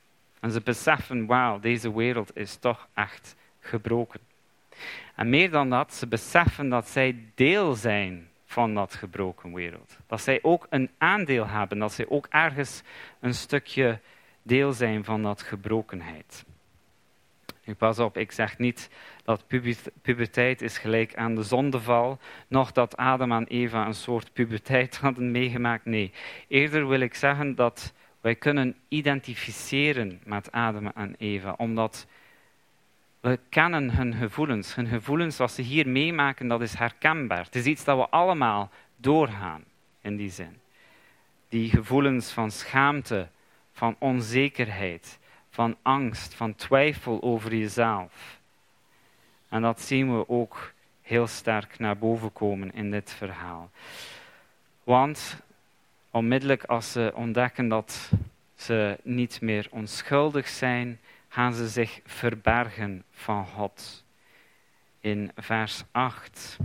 En ze beseffen, wauw, deze wereld is toch echt gebroken. En meer dan dat, ze beseffen dat zij deel zijn van dat gebroken wereld. Dat zij ook een aandeel hebben, dat zij ook ergens een stukje deel zijn van dat gebrokenheid. Nu pas op, ik zeg niet dat puberteit is gelijk aan de zondeval, noch dat Adam en Eva een soort puberteit hadden meegemaakt. Nee, eerder wil ik zeggen dat wij kunnen identificeren met Adam en Eva, omdat we kennen hun gevoelens. Hun gevoelens, wat ze hier meemaken, dat is herkenbaar. Het is iets dat we allemaal doorgaan, in die zin. Die gevoelens van schaamte, van onzekerheid, van angst, van twijfel over jezelf. En dat zien we ook heel sterk naar boven komen in dit verhaal. Want onmiddellijk als ze ontdekken dat ze niet meer onschuldig zijn, gaan ze zich verbergen van God. In vers acht.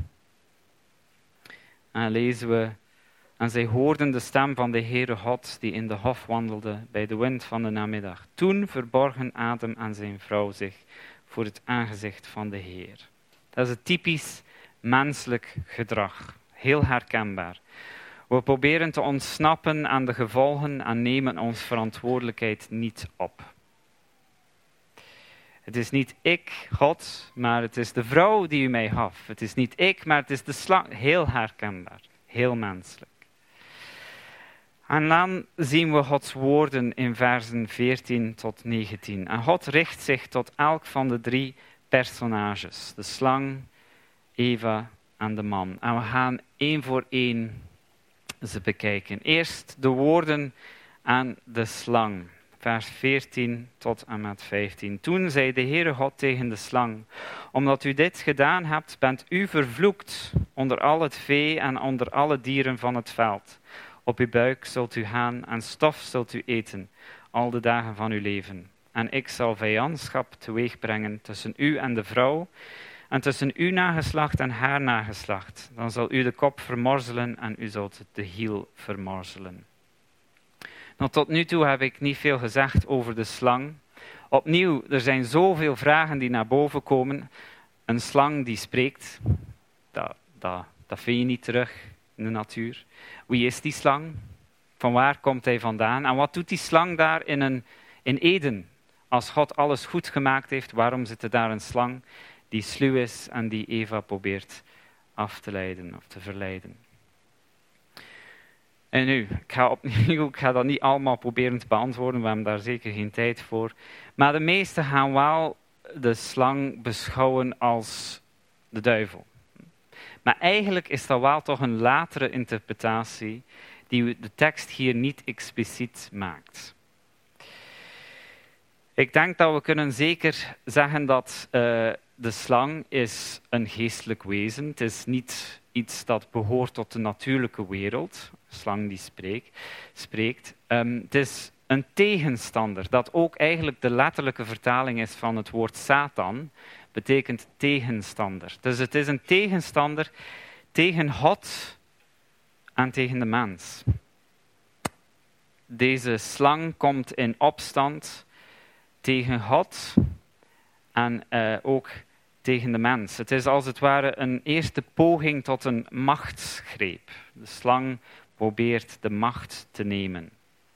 En lezen we: En zij hoorden de stem van de Heere God, die in de hof wandelde bij de wind van de namiddag. Toen verborgen Adam en zijn vrouw zich voor het aangezicht van de Heer. Dat is het typisch menselijk gedrag. Heel herkenbaar. We proberen te ontsnappen aan de gevolgen en nemen onze verantwoordelijkheid niet op. Het is niet ik, God, maar het is de vrouw die u mij gaf. Het is niet ik, maar het is de slang. Heel herkenbaar, heel menselijk. En dan zien we Gods woorden in versen veertien tot negentien. En God richt zich tot elk van de drie personages. De slang, Eva en de man. En we gaan één voor één ze bekijken. Eerst de woorden aan de slang. Vers veertien tot en met vijftien. Toen zei de Heere God tegen de slang: Omdat u dit gedaan hebt, bent u vervloekt onder al het vee en onder alle dieren van het veld. Op uw buik zult u gaan en stof zult u eten, al de dagen van uw leven. En ik zal vijandschap teweegbrengen tussen u en de vrouw, en tussen uw nageslacht en haar nageslacht. Dan zal u de kop vermorzelen en u zult de hiel vermorzelen. Nou, tot nu toe heb ik niet veel gezegd over de slang. Opnieuw, er zijn zoveel vragen die naar boven komen. Een slang die spreekt, dat, dat, dat vind je niet terug in de natuur. Wie is die slang? Van waar komt hij vandaan? En wat doet die slang daar in, een, in Eden? Als God alles goed gemaakt heeft, waarom zit er daar een slang die sluw is en die Eva probeert af te leiden of te verleiden? En nu, ik ga opnieuw, ik ga dat niet allemaal proberen te beantwoorden, we hebben daar zeker geen tijd voor. Maar de meesten gaan wel de slang beschouwen als de duivel. Maar eigenlijk is dat wel toch een latere interpretatie die de tekst hier niet expliciet maakt. Ik denk dat we kunnen zeker zeggen dat uh, de slang is een geestelijk wezen. Het is niet iets dat behoort tot de natuurlijke wereld. Een slang die spreekt. spreekt. Um, het is een tegenstander, dat ook eigenlijk de letterlijke vertaling is van het woord Satan, betekent tegenstander. Dus het is een tegenstander tegen God en tegen de mens. Deze slang komt in opstand tegen God en uh, ook tegen de mens. Het is als het ware een eerste poging tot een machtsgreep. De slang probeert de macht te nemen.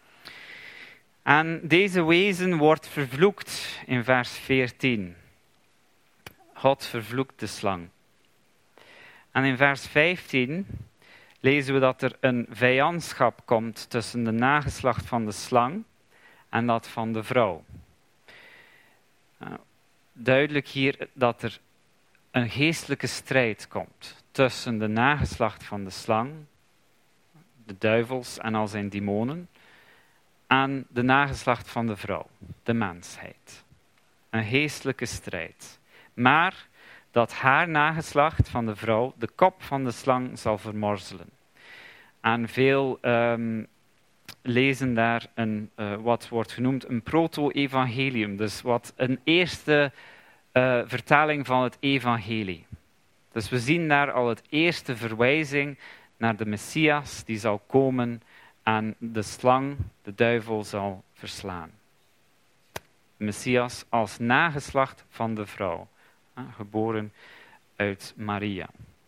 En deze wezen wordt vervloekt in vers veertien. God vervloekt de slang. En in vers vijftien lezen we dat er een vijandschap komt tussen de nageslacht van de slang en dat van de vrouw. Nou, duidelijk hier dat er een geestelijke strijd komt tussen de nageslacht van de slang, de duivels en al zijn demonen, en de nageslacht van de vrouw, de mensheid. Een geestelijke strijd. Maar dat haar nageslacht van de vrouw de kop van de slang zal vermorzelen. En veel um, lezen daar een, uh, wat wordt genoemd een proto-evangelium. Dus wat een eerste uh, vertaling van het evangelie. Dus we zien daar al het eerste verwijzing naar de Messias die zal komen en de slang, de duivel, zal verslaan. Messias, als nageslacht van de vrouw, geboren uit Maria.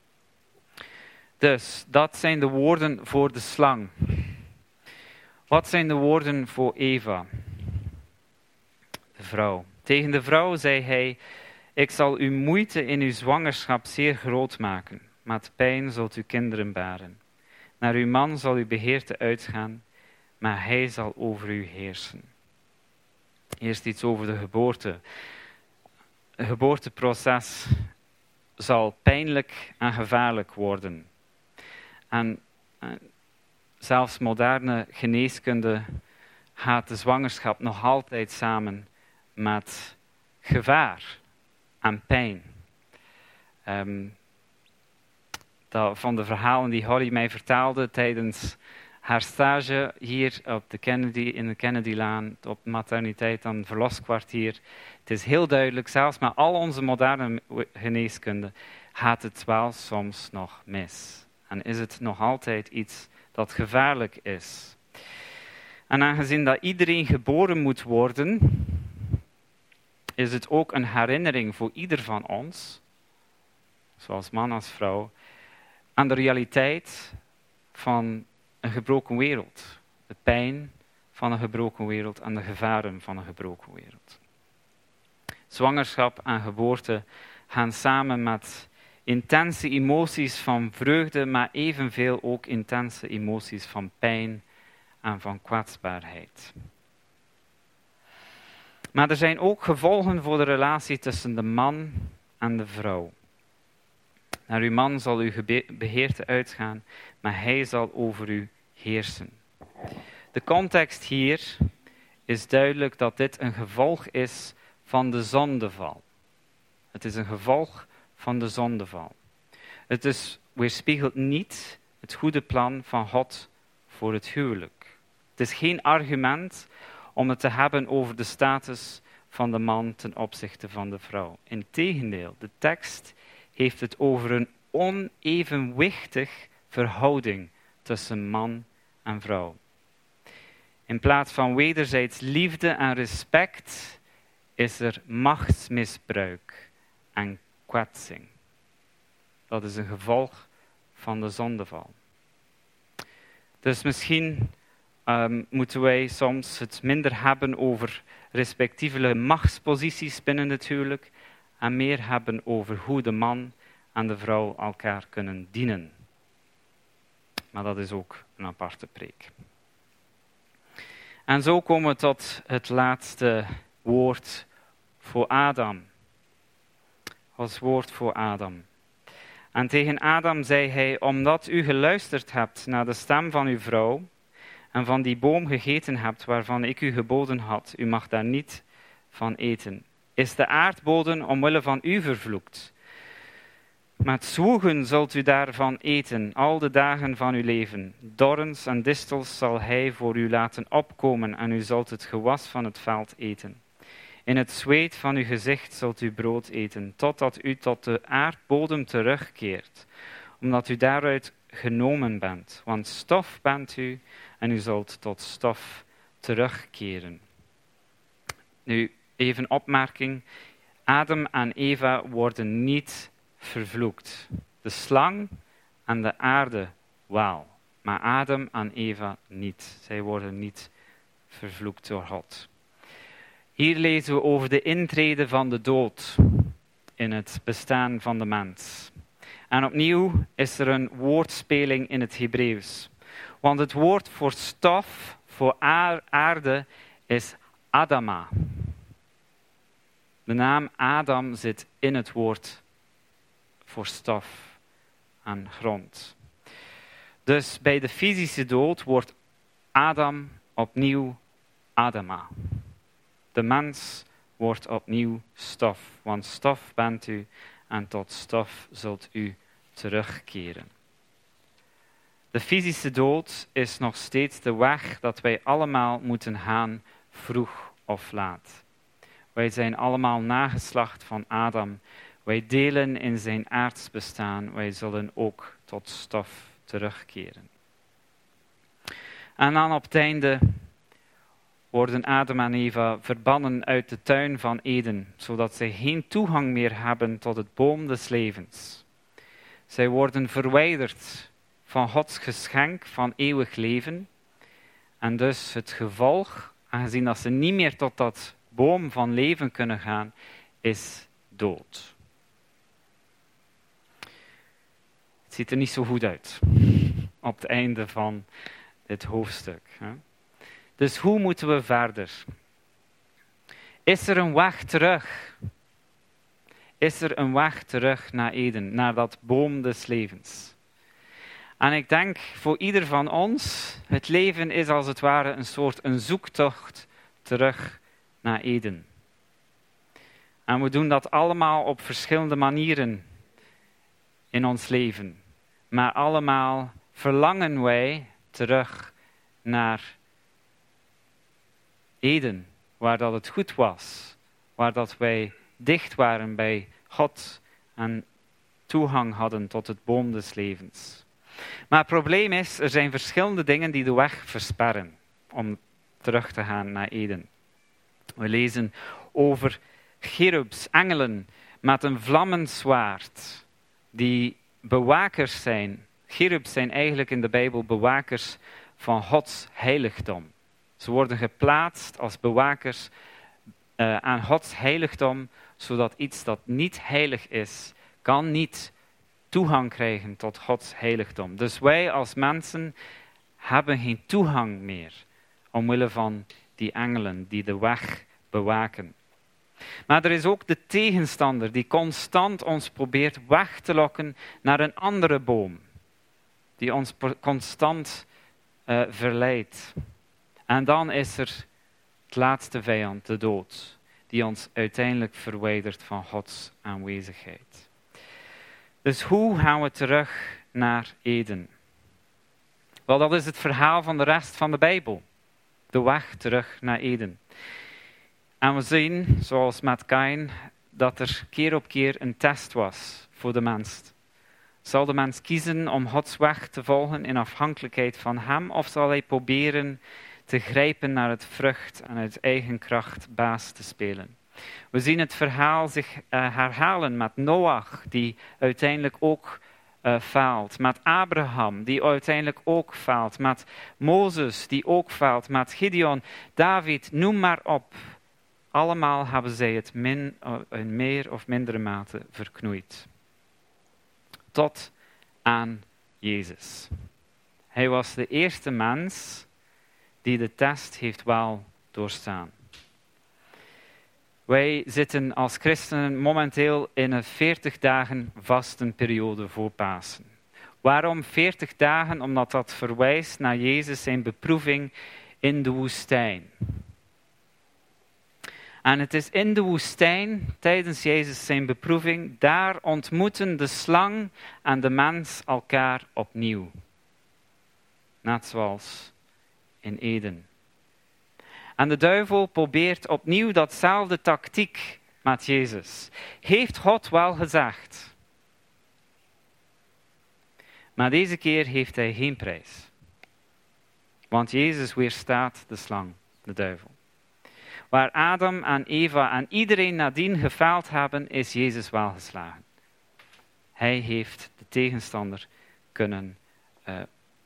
Dus, dat zijn de woorden voor de slang. Wat zijn de woorden voor Eva, de vrouw? Tegen de vrouw zei hij, ik zal uw moeite in uw zwangerschap zeer groot maken. Met pijn zult u kinderen baren. Naar uw man zal uw begeerte uitgaan, maar hij zal over u heersen. Eerst iets over de geboorte. Het geboorteproces zal pijnlijk en gevaarlijk worden. En, en zelfs moderne geneeskunde gaat de zwangerschap nog altijd samen met gevaar en pijn. Um, dat van de verhalen die Holly mij vertelde tijdens haar stage hier op de Kennedy, in de Kennedylaan, op de materniteit en verloskwartier. Het is heel duidelijk, zelfs met al onze moderne geneeskunde, gaat het wel soms nog mis. En is het nog altijd iets dat gevaarlijk is. En aangezien dat iedereen geboren moet worden, is het ook een herinnering voor ieder van ons, zoals man als vrouw, aan de realiteit van een gebroken wereld. De pijn van een gebroken wereld en de gevaren van een gebroken wereld. Zwangerschap en geboorte gaan samen met intense emoties van vreugde, maar evenveel ook intense emoties van pijn en van kwetsbaarheid. Maar er zijn ook gevolgen voor de relatie tussen de man en de vrouw. Naar uw man zal uw begeerte uitgaan, maar hij zal over u heersen. De context hier is duidelijk dat dit een gevolg is van de zondeval. Het is een gevolg van de zondeval. Het is, weerspiegelt niet het goede plan van God voor het huwelijk. Het is geen argument om het te hebben over de status van de man ten opzichte van de vrouw. Integendeel, de tekst heeft het over een onevenwichtig verhouding tussen man en vrouw. In plaats van wederzijds liefde en respect is er machtsmisbruik en kwetsing. Dat is een gevolg van de zondeval. Dus misschien um, moeten wij soms het minder hebben over respectievelijke machtsposities binnen het huwelijk en meer hebben over hoe de man en de vrouw elkaar kunnen dienen. Maar dat is ook een aparte preek. En zo komen we tot het laatste woord voor Adam. Als woord voor Adam. En tegen Adam zei hij, omdat u geluisterd hebt naar de stem van uw vrouw en van die boom gegeten hebt waarvan ik u geboden had, u mag daar niet van eten, is de aardbodem omwille van u vervloekt. Met zwoegen zult u daarvan eten, al de dagen van uw leven. Dorens en distels zal hij voor u laten opkomen en u zult het gewas van het veld eten. In het zweet van uw gezicht zult u brood eten, totdat u tot de aardbodem terugkeert, omdat u daaruit genomen bent. Want stof bent u en u zult tot stof terugkeren. Nu, even opmerking. Adam en Eva worden niet vervloekt. De slang en de aarde wel, maar Adam en Eva niet. Zij worden niet vervloekt door God. Hier lezen we over de intrede van de dood in het bestaan van de mens. En opnieuw is er een woordspeling in het Hebreeuws. Want het woord voor stof, voor aarde, is Adama. De naam Adam zit in het woord voor stof en grond. Dus bij de fysische dood wordt Adam opnieuw Adama. De mens wordt opnieuw stof, want stof bent u en tot stof zult u terugkeren. De fysische dood is nog steeds de weg dat wij allemaal moeten gaan, vroeg of laat. Wij zijn allemaal nageslacht van Adam. Wij delen in zijn aards bestaan. Wij zullen ook tot stof terugkeren. En dan op het einde worden Adam en Eva verbannen uit de tuin van Eden, zodat zij geen toegang meer hebben tot het boom des levens. Zij worden verwijderd van Gods geschenk van eeuwig leven. En dus het gevolg, aangezien dat ze niet meer tot dat boom van leven kunnen gaan, is dood. Het ziet er niet zo goed uit op het einde van dit hoofdstuk. Dus hoe moeten we verder? Is er een weg terug? Is er een weg terug naar Eden, naar dat boom des levens? En ik denk voor ieder van ons, het leven is als het ware een soort een zoektocht terug naar Eden. En we doen dat allemaal op verschillende manieren in ons leven. Maar allemaal verlangen wij terug naar Eden, waar dat het goed was, waar dat wij dicht waren bij God en toegang hadden tot het boom des levens. Maar het probleem is, er zijn verschillende dingen die de weg versperren om terug te gaan naar Eden. We lezen over cherubs, engelen met een vlammend zwaard, die bewakers zijn. Cherubs zijn eigenlijk in de Bijbel bewakers van Gods heiligdom. Ze worden geplaatst als bewakers uh, aan Gods heiligdom, zodat iets dat niet heilig is, kan niet toegang krijgen tot Gods heiligdom. Dus wij als mensen hebben geen toegang meer, omwille van die engelen die de weg bewaken. Maar er is ook de tegenstander die constant ons probeert weg te lokken naar een andere boom, die ons constant uh, verleidt. En dan is er het laatste vijand, de dood, die ons uiteindelijk verwijdert van Gods aanwezigheid. Dus hoe gaan we terug naar Eden? Wel, dat is het verhaal van de rest van de Bijbel. De weg terug naar Eden. En we zien, zoals met Kain, dat er keer op keer een test was voor de mens. Zal de mens kiezen om Gods weg te volgen in afhankelijkheid van hem, of zal hij proberen te grijpen naar het vrucht en uit eigen kracht baas te spelen? We zien het verhaal zich uh, herhalen met Noach, die uiteindelijk ook uh, faalt. Met Abraham, die uiteindelijk ook faalt. Met Mozes, die ook faalt. Met Gideon, David, noem maar op. Allemaal hebben zij het min, uh, in meer of mindere mate verknoeid. Tot aan Jezus. Hij was de eerste mens die de test heeft wel doorstaan. Wij zitten als christenen momenteel in een veertig dagen vastenperiode voor Pasen. Waarom veertig dagen? Omdat dat verwijst naar Jezus zijn beproeving in de woestijn. En het is in de woestijn, tijdens Jezus zijn beproeving, daar ontmoeten de slang en de mens elkaar opnieuw. Net zoals in Eden. En de duivel probeert opnieuw datzelfde tactiek met Jezus. Heeft God wel gezegd. Maar deze keer heeft hij geen prijs. Want Jezus weerstaat de slang, de duivel. Waar Adam en Eva en iedereen nadien gefaald hebben, is Jezus wel geslagen. Hij heeft de tegenstander kunnen uh,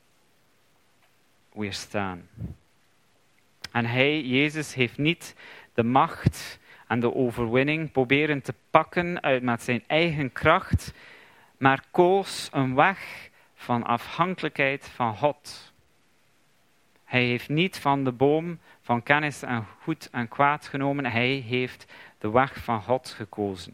weerstaan. En hij, Jezus, heeft niet de macht en de overwinning proberen te pakken uit met zijn eigen kracht, maar koos een weg van afhankelijkheid van God. Hij heeft niet van de boom van kennis en goed en kwaad genomen, hij heeft de weg van God gekozen.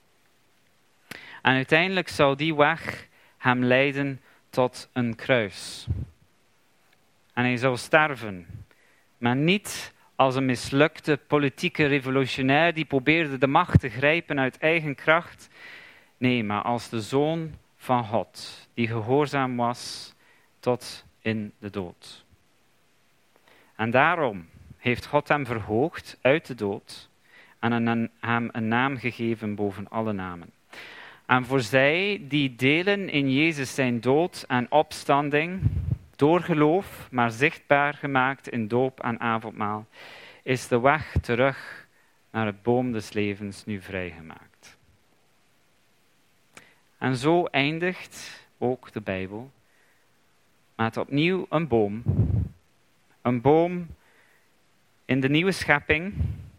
En uiteindelijk zou die weg hem leiden tot een kruis. En hij zou sterven. Maar niet als een mislukte politieke revolutionair die probeerde de macht te grijpen uit eigen kracht. Nee, maar als de Zoon van God, die gehoorzaam was tot in de dood. En daarom heeft God hem verhoogd uit de dood en hem een naam gegeven boven alle namen. En voor zij die delen in Jezus zijn dood en opstanding, door geloof, maar zichtbaar gemaakt in doop en avondmaal, is de weg terug naar het boom des levens nu vrijgemaakt. En zo eindigt ook de Bijbel met opnieuw een boom. Een boom in de nieuwe schepping,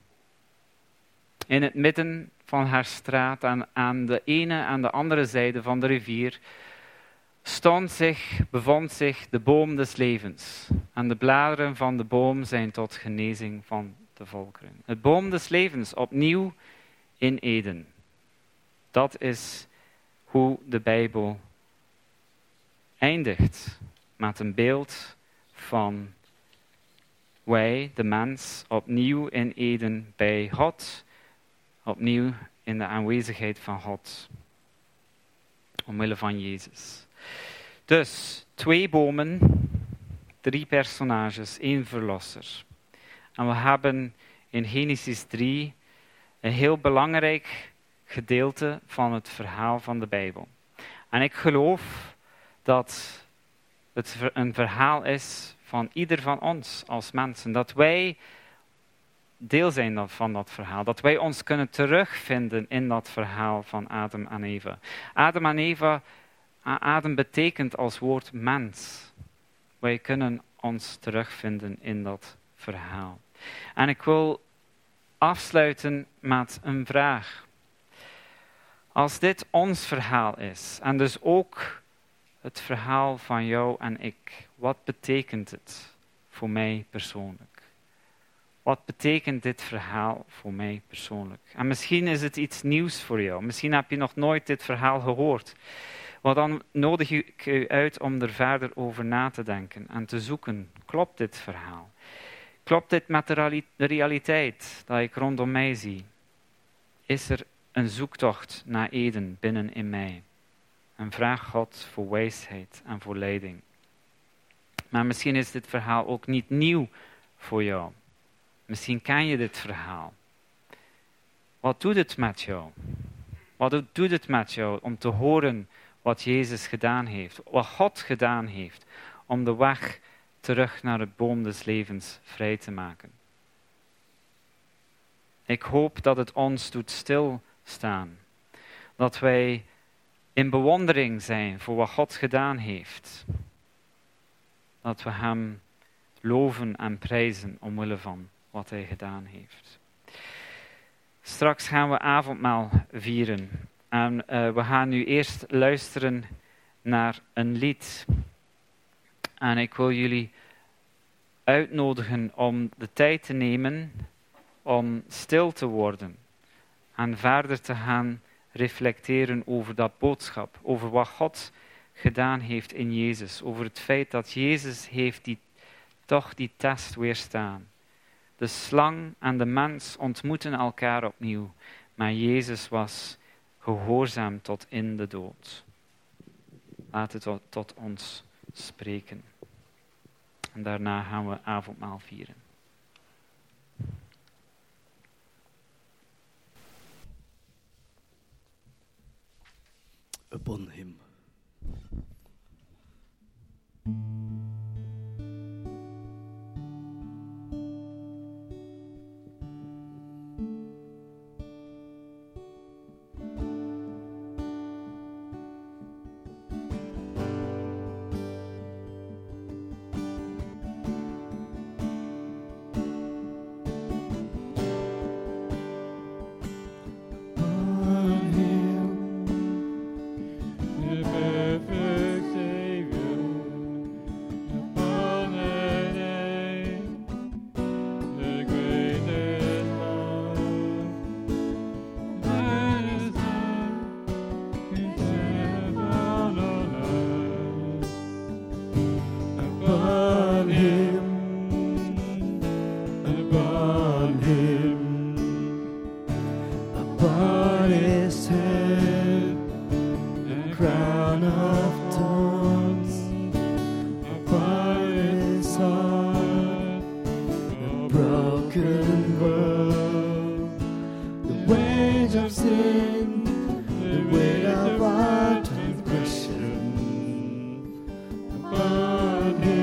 in het midden van haar straat, aan, aan de ene en de andere zijde van de rivier, stond zich, bevond zich de boom des levens. En de bladeren van de boom zijn tot genezing van de volkeren. Het boom des levens, opnieuw in Eden. Dat is hoe de Bijbel eindigt, met een beeld van wij, de mens, opnieuw in Eden bij God, opnieuw in de aanwezigheid van God, omwille van Jezus. Dus, twee bomen, drie personages, één verlosser. En we hebben in Genesis drie een heel belangrijk gedeelte van het verhaal van de Bijbel. En ik geloof dat het een verhaal is van ieder van ons als mensen. Dat wij deel zijn van dat verhaal. Dat wij ons kunnen terugvinden in dat verhaal van Adam en Eva. Adam en Eva, Adam betekent als woord mens. Wij kunnen ons terugvinden in dat verhaal. En ik wil afsluiten met een vraag. Als dit ons verhaal is, en dus ook het verhaal van jou en ik, wat betekent het voor mij persoonlijk? Wat betekent dit verhaal voor mij persoonlijk? En misschien is het iets nieuws voor jou. Misschien heb je nog nooit dit verhaal gehoord. Wel, dan nodig ik u uit om er verder over na te denken en te zoeken. Klopt dit verhaal? Klopt dit met de realiteit dat ik rondom mij zie? Is er een zoektocht naar Eden binnen in mij? En vraag God voor wijsheid en voor leiding. Maar misschien is dit verhaal ook niet nieuw voor jou. Misschien ken je dit verhaal. Wat doet het met jou? Wat doet het met jou om te horen wat Jezus gedaan heeft? Wat God gedaan heeft om de weg terug naar het boom des levens vrij te maken? Ik hoop dat het ons doet stilstaan. Dat wij in bewondering zijn voor wat God gedaan heeft. Dat we hem loven en prijzen omwille van wat hij gedaan heeft. Straks gaan we avondmaal vieren. En uh, we gaan nu eerst luisteren naar een lied. En ik wil jullie uitnodigen om de tijd te nemen om stil te worden. En verder te gaan reflecteren over dat boodschap. Over wat God gedaan heeft in Jezus. Over het feit dat Jezus heeft die, toch die test weerstaan. De slang en de mens ontmoeten elkaar opnieuw. Maar Jezus was gehoorzaam tot in de dood. Laat het tot ons spreken. En daarna gaan we avondmaal vieren. Upon him. Upon him.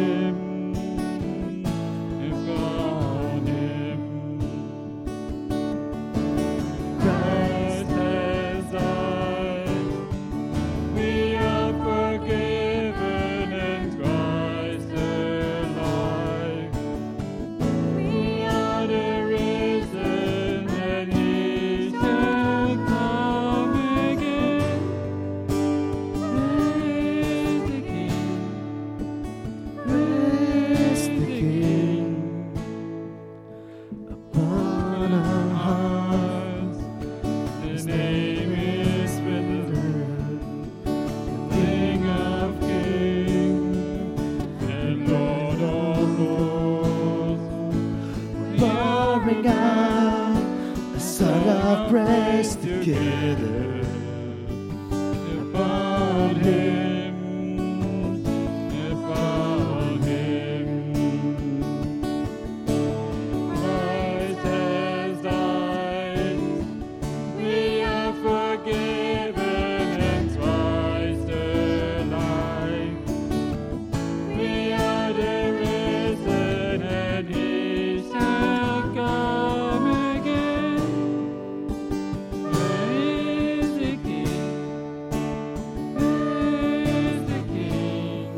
sing out a song of praise together upon Him, upon Him. Christ has died, we are forgiven and twice alive. We are the risen and He shall come again. Praise the King, praise the King.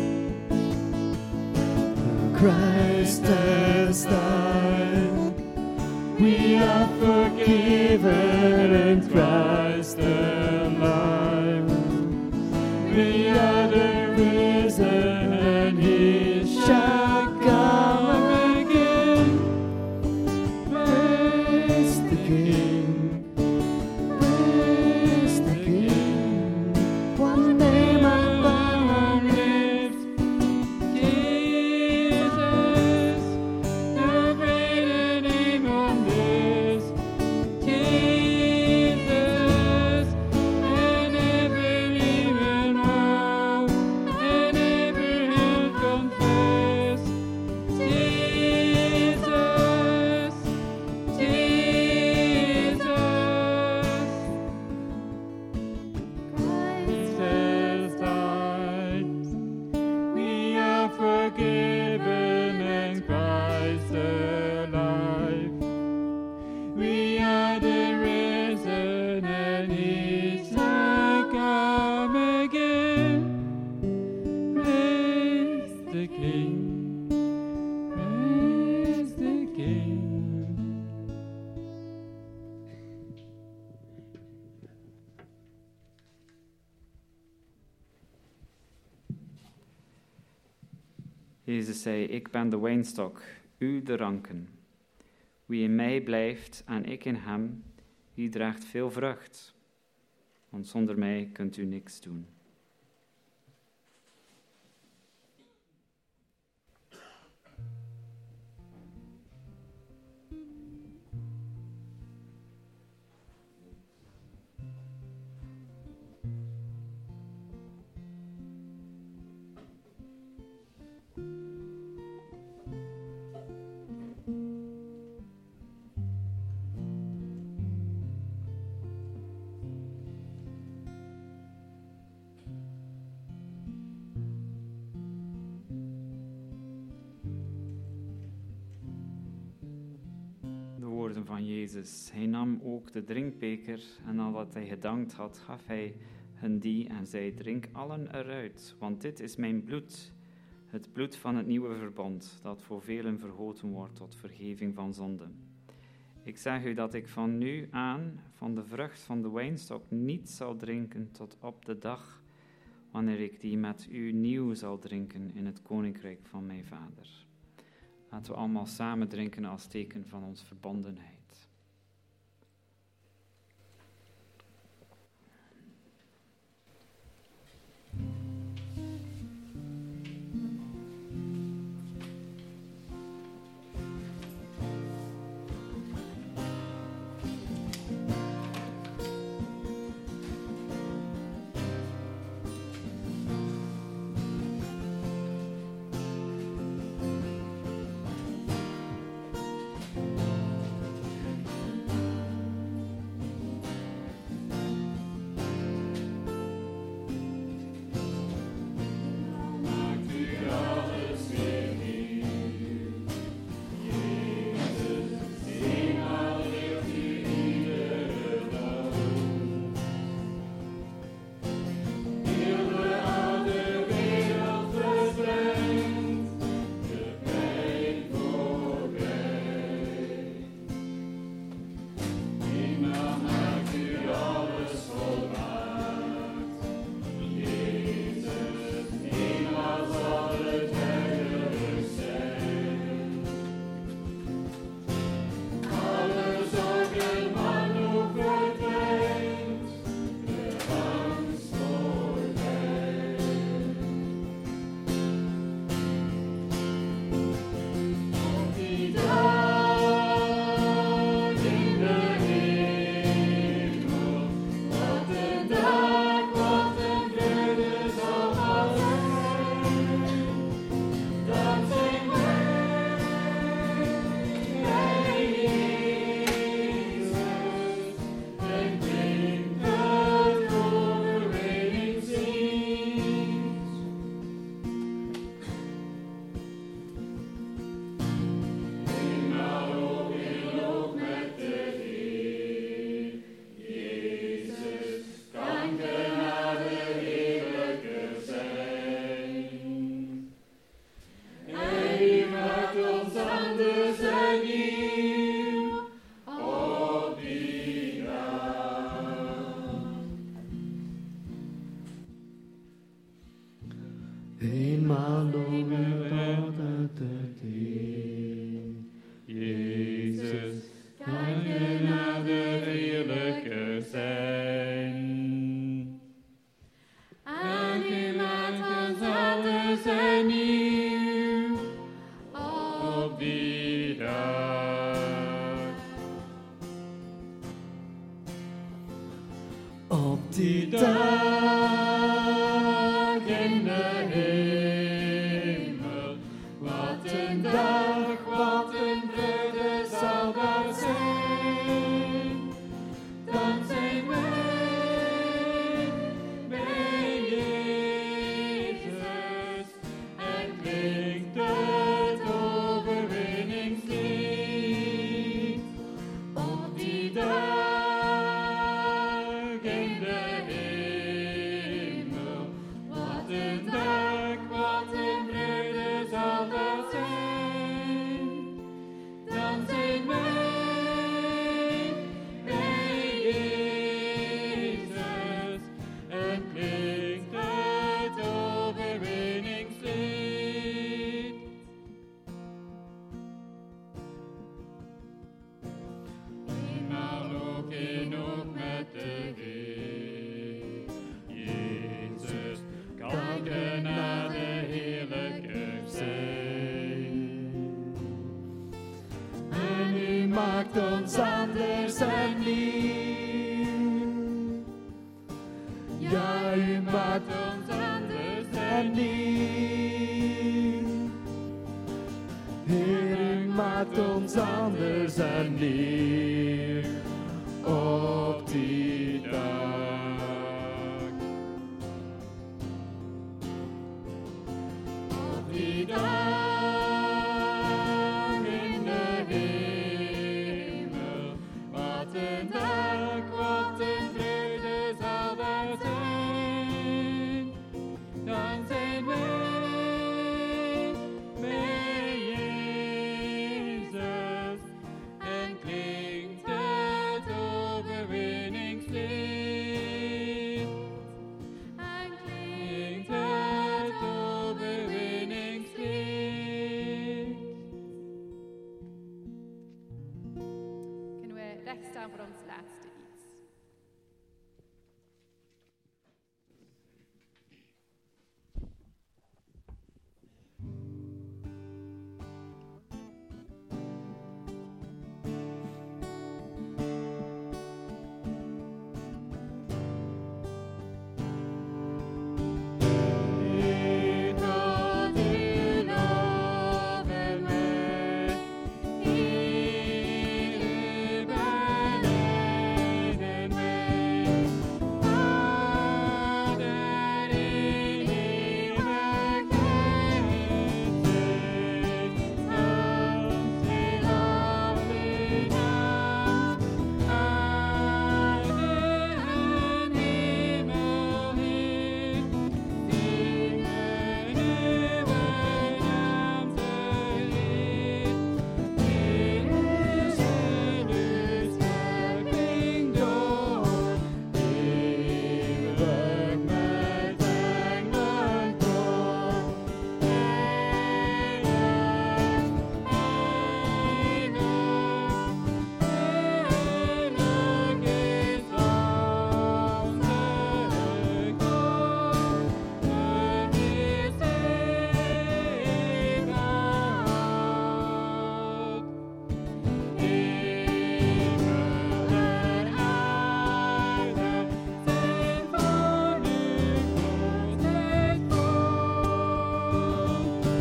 Christ has died, we are forgiven and Christ alive. We are the risen and He shall come again. Praise the King, praise the King. One name above our lips, Jesus, the greater name on this, Jesus, and every knee will bow, and every heart confess, Jesus, Jesus. Christ has died, we are forgiven and Christ alive. We are the risen and He shall come again. Praise the King, praise the King. Jezus zei, ik ben de wijnstok, u de ranken. Wie in mij blijft en ik in hem, die draagt veel vrucht. Want zonder mij kunt u niks doen. Van Jezus. Hij nam ook de drinkbeker en nadat hij gedankt had, gaf hij hen die en zei, drink allen eruit, want dit is mijn bloed, het bloed van het nieuwe verbond, dat voor velen vergoten wordt tot vergeving van zonden. Ik zeg u dat ik van nu aan van de vrucht van de wijnstok niet zal drinken tot op de dag wanneer ik die met u nieuw zal drinken in het koninkrijk van mijn Vader. Laten we allemaal samen drinken als teken van onze verbondenheid. Jezus, kan genade heerlijker zijn. En u maakt ons anders en nieuw op die dag. Op die dag in de hemel, wat een dag, wat een vreugde zal dat zijn. Dan zijn wij bij Jezus en klinkt het overwinningslied. Op die dag in de hemel, wat een dag, wat een vreugde zal dat zijn. Dan zijn wij bij Jezus en klinkt het overwinningslied. Eenmaal ook in ook met de Heer. Jezus kan genade heerlijker zijn. En u maakt ons anders en nieuw. Ja, u maakt ons anders en nieuw. Heer, u maakt ons anders en nieuw op die dag. Op die dag in de hemel, wat een dag, wat een vreugde zal dat zijn. Dan zijn wij bij Jezus en klinkt het overwinningslied. En klinkt het overwinningslied. Kunnen we recht staan voor ons laatste iets? Ik tot u loven wij, Heer, u beleiden wij. Vader in eeuwigheid, zingt ons heel halleluja. Aarde en hemel, Heer, zingen uw naam te eer. Is in uw schepping door, eeuwig met engelen koor. Heilig, heilig, heilig is onze God. Het is eeuwig. Hemel en aarde zijn van uw grootheid vol.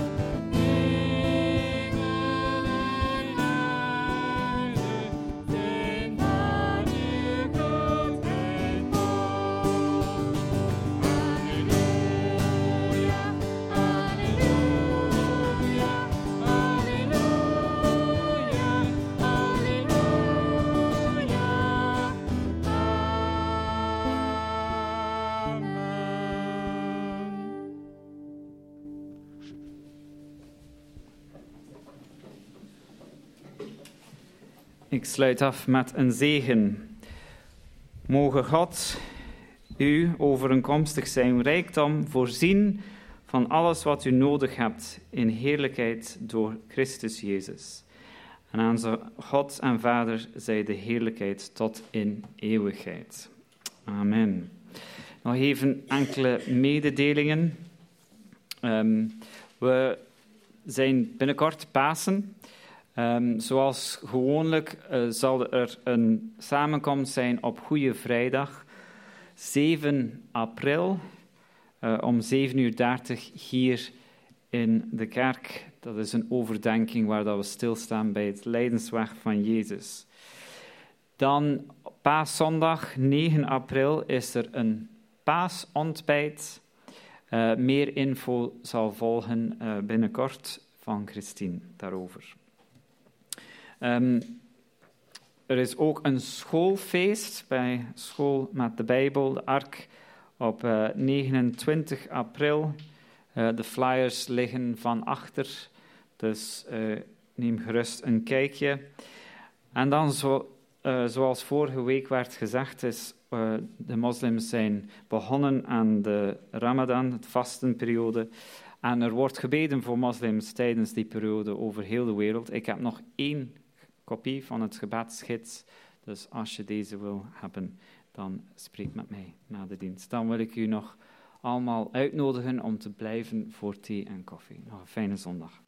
Hemel en aarde zijn van uw grootheid vol. Halleluja, halleluja, halleluja, halleluja. Ik sluit af met een zegen. Mogen God u overeenkomstig zijn rijkdom voorzien van alles wat u nodig hebt in heerlijkheid door Christus Jezus. En aan zijn God en Vader zij de heerlijkheid tot in eeuwigheid. Amen. Nog even enkele mededelingen. Um, we zijn binnenkort Pasen. Um, zoals gewoonlijk uh, zal er een samenkomst zijn op Goede Vrijdag, zeven april, uh, om zeven uur dertig hier in de kerk. Dat is een overdenking waar dat we stilstaan bij het lijdensweg van Jezus. Dan Paaszondag, negen april, is er een paasontbijt. Uh, meer info zal volgen uh, binnenkort van Christine daarover. Um, er is ook een schoolfeest bij School met de Bijbel, de Ark, op uh, negenentwintig april. Uh, de flyers liggen van achter, dus uh, neem gerust een kijkje. En dan, zo, uh, zoals vorige week werd gezegd, is uh, de moslims zijn begonnen aan de Ramadan, het vastenperiode. En er wordt gebeden voor moslims tijdens die periode over heel de wereld. Ik heb nog één kopie van het gebedsgids, dus als je deze wil hebben, dan spreek met mij na de dienst. Dan wil ik u nog allemaal uitnodigen om te blijven voor thee en koffie. Nog een fijne zondag.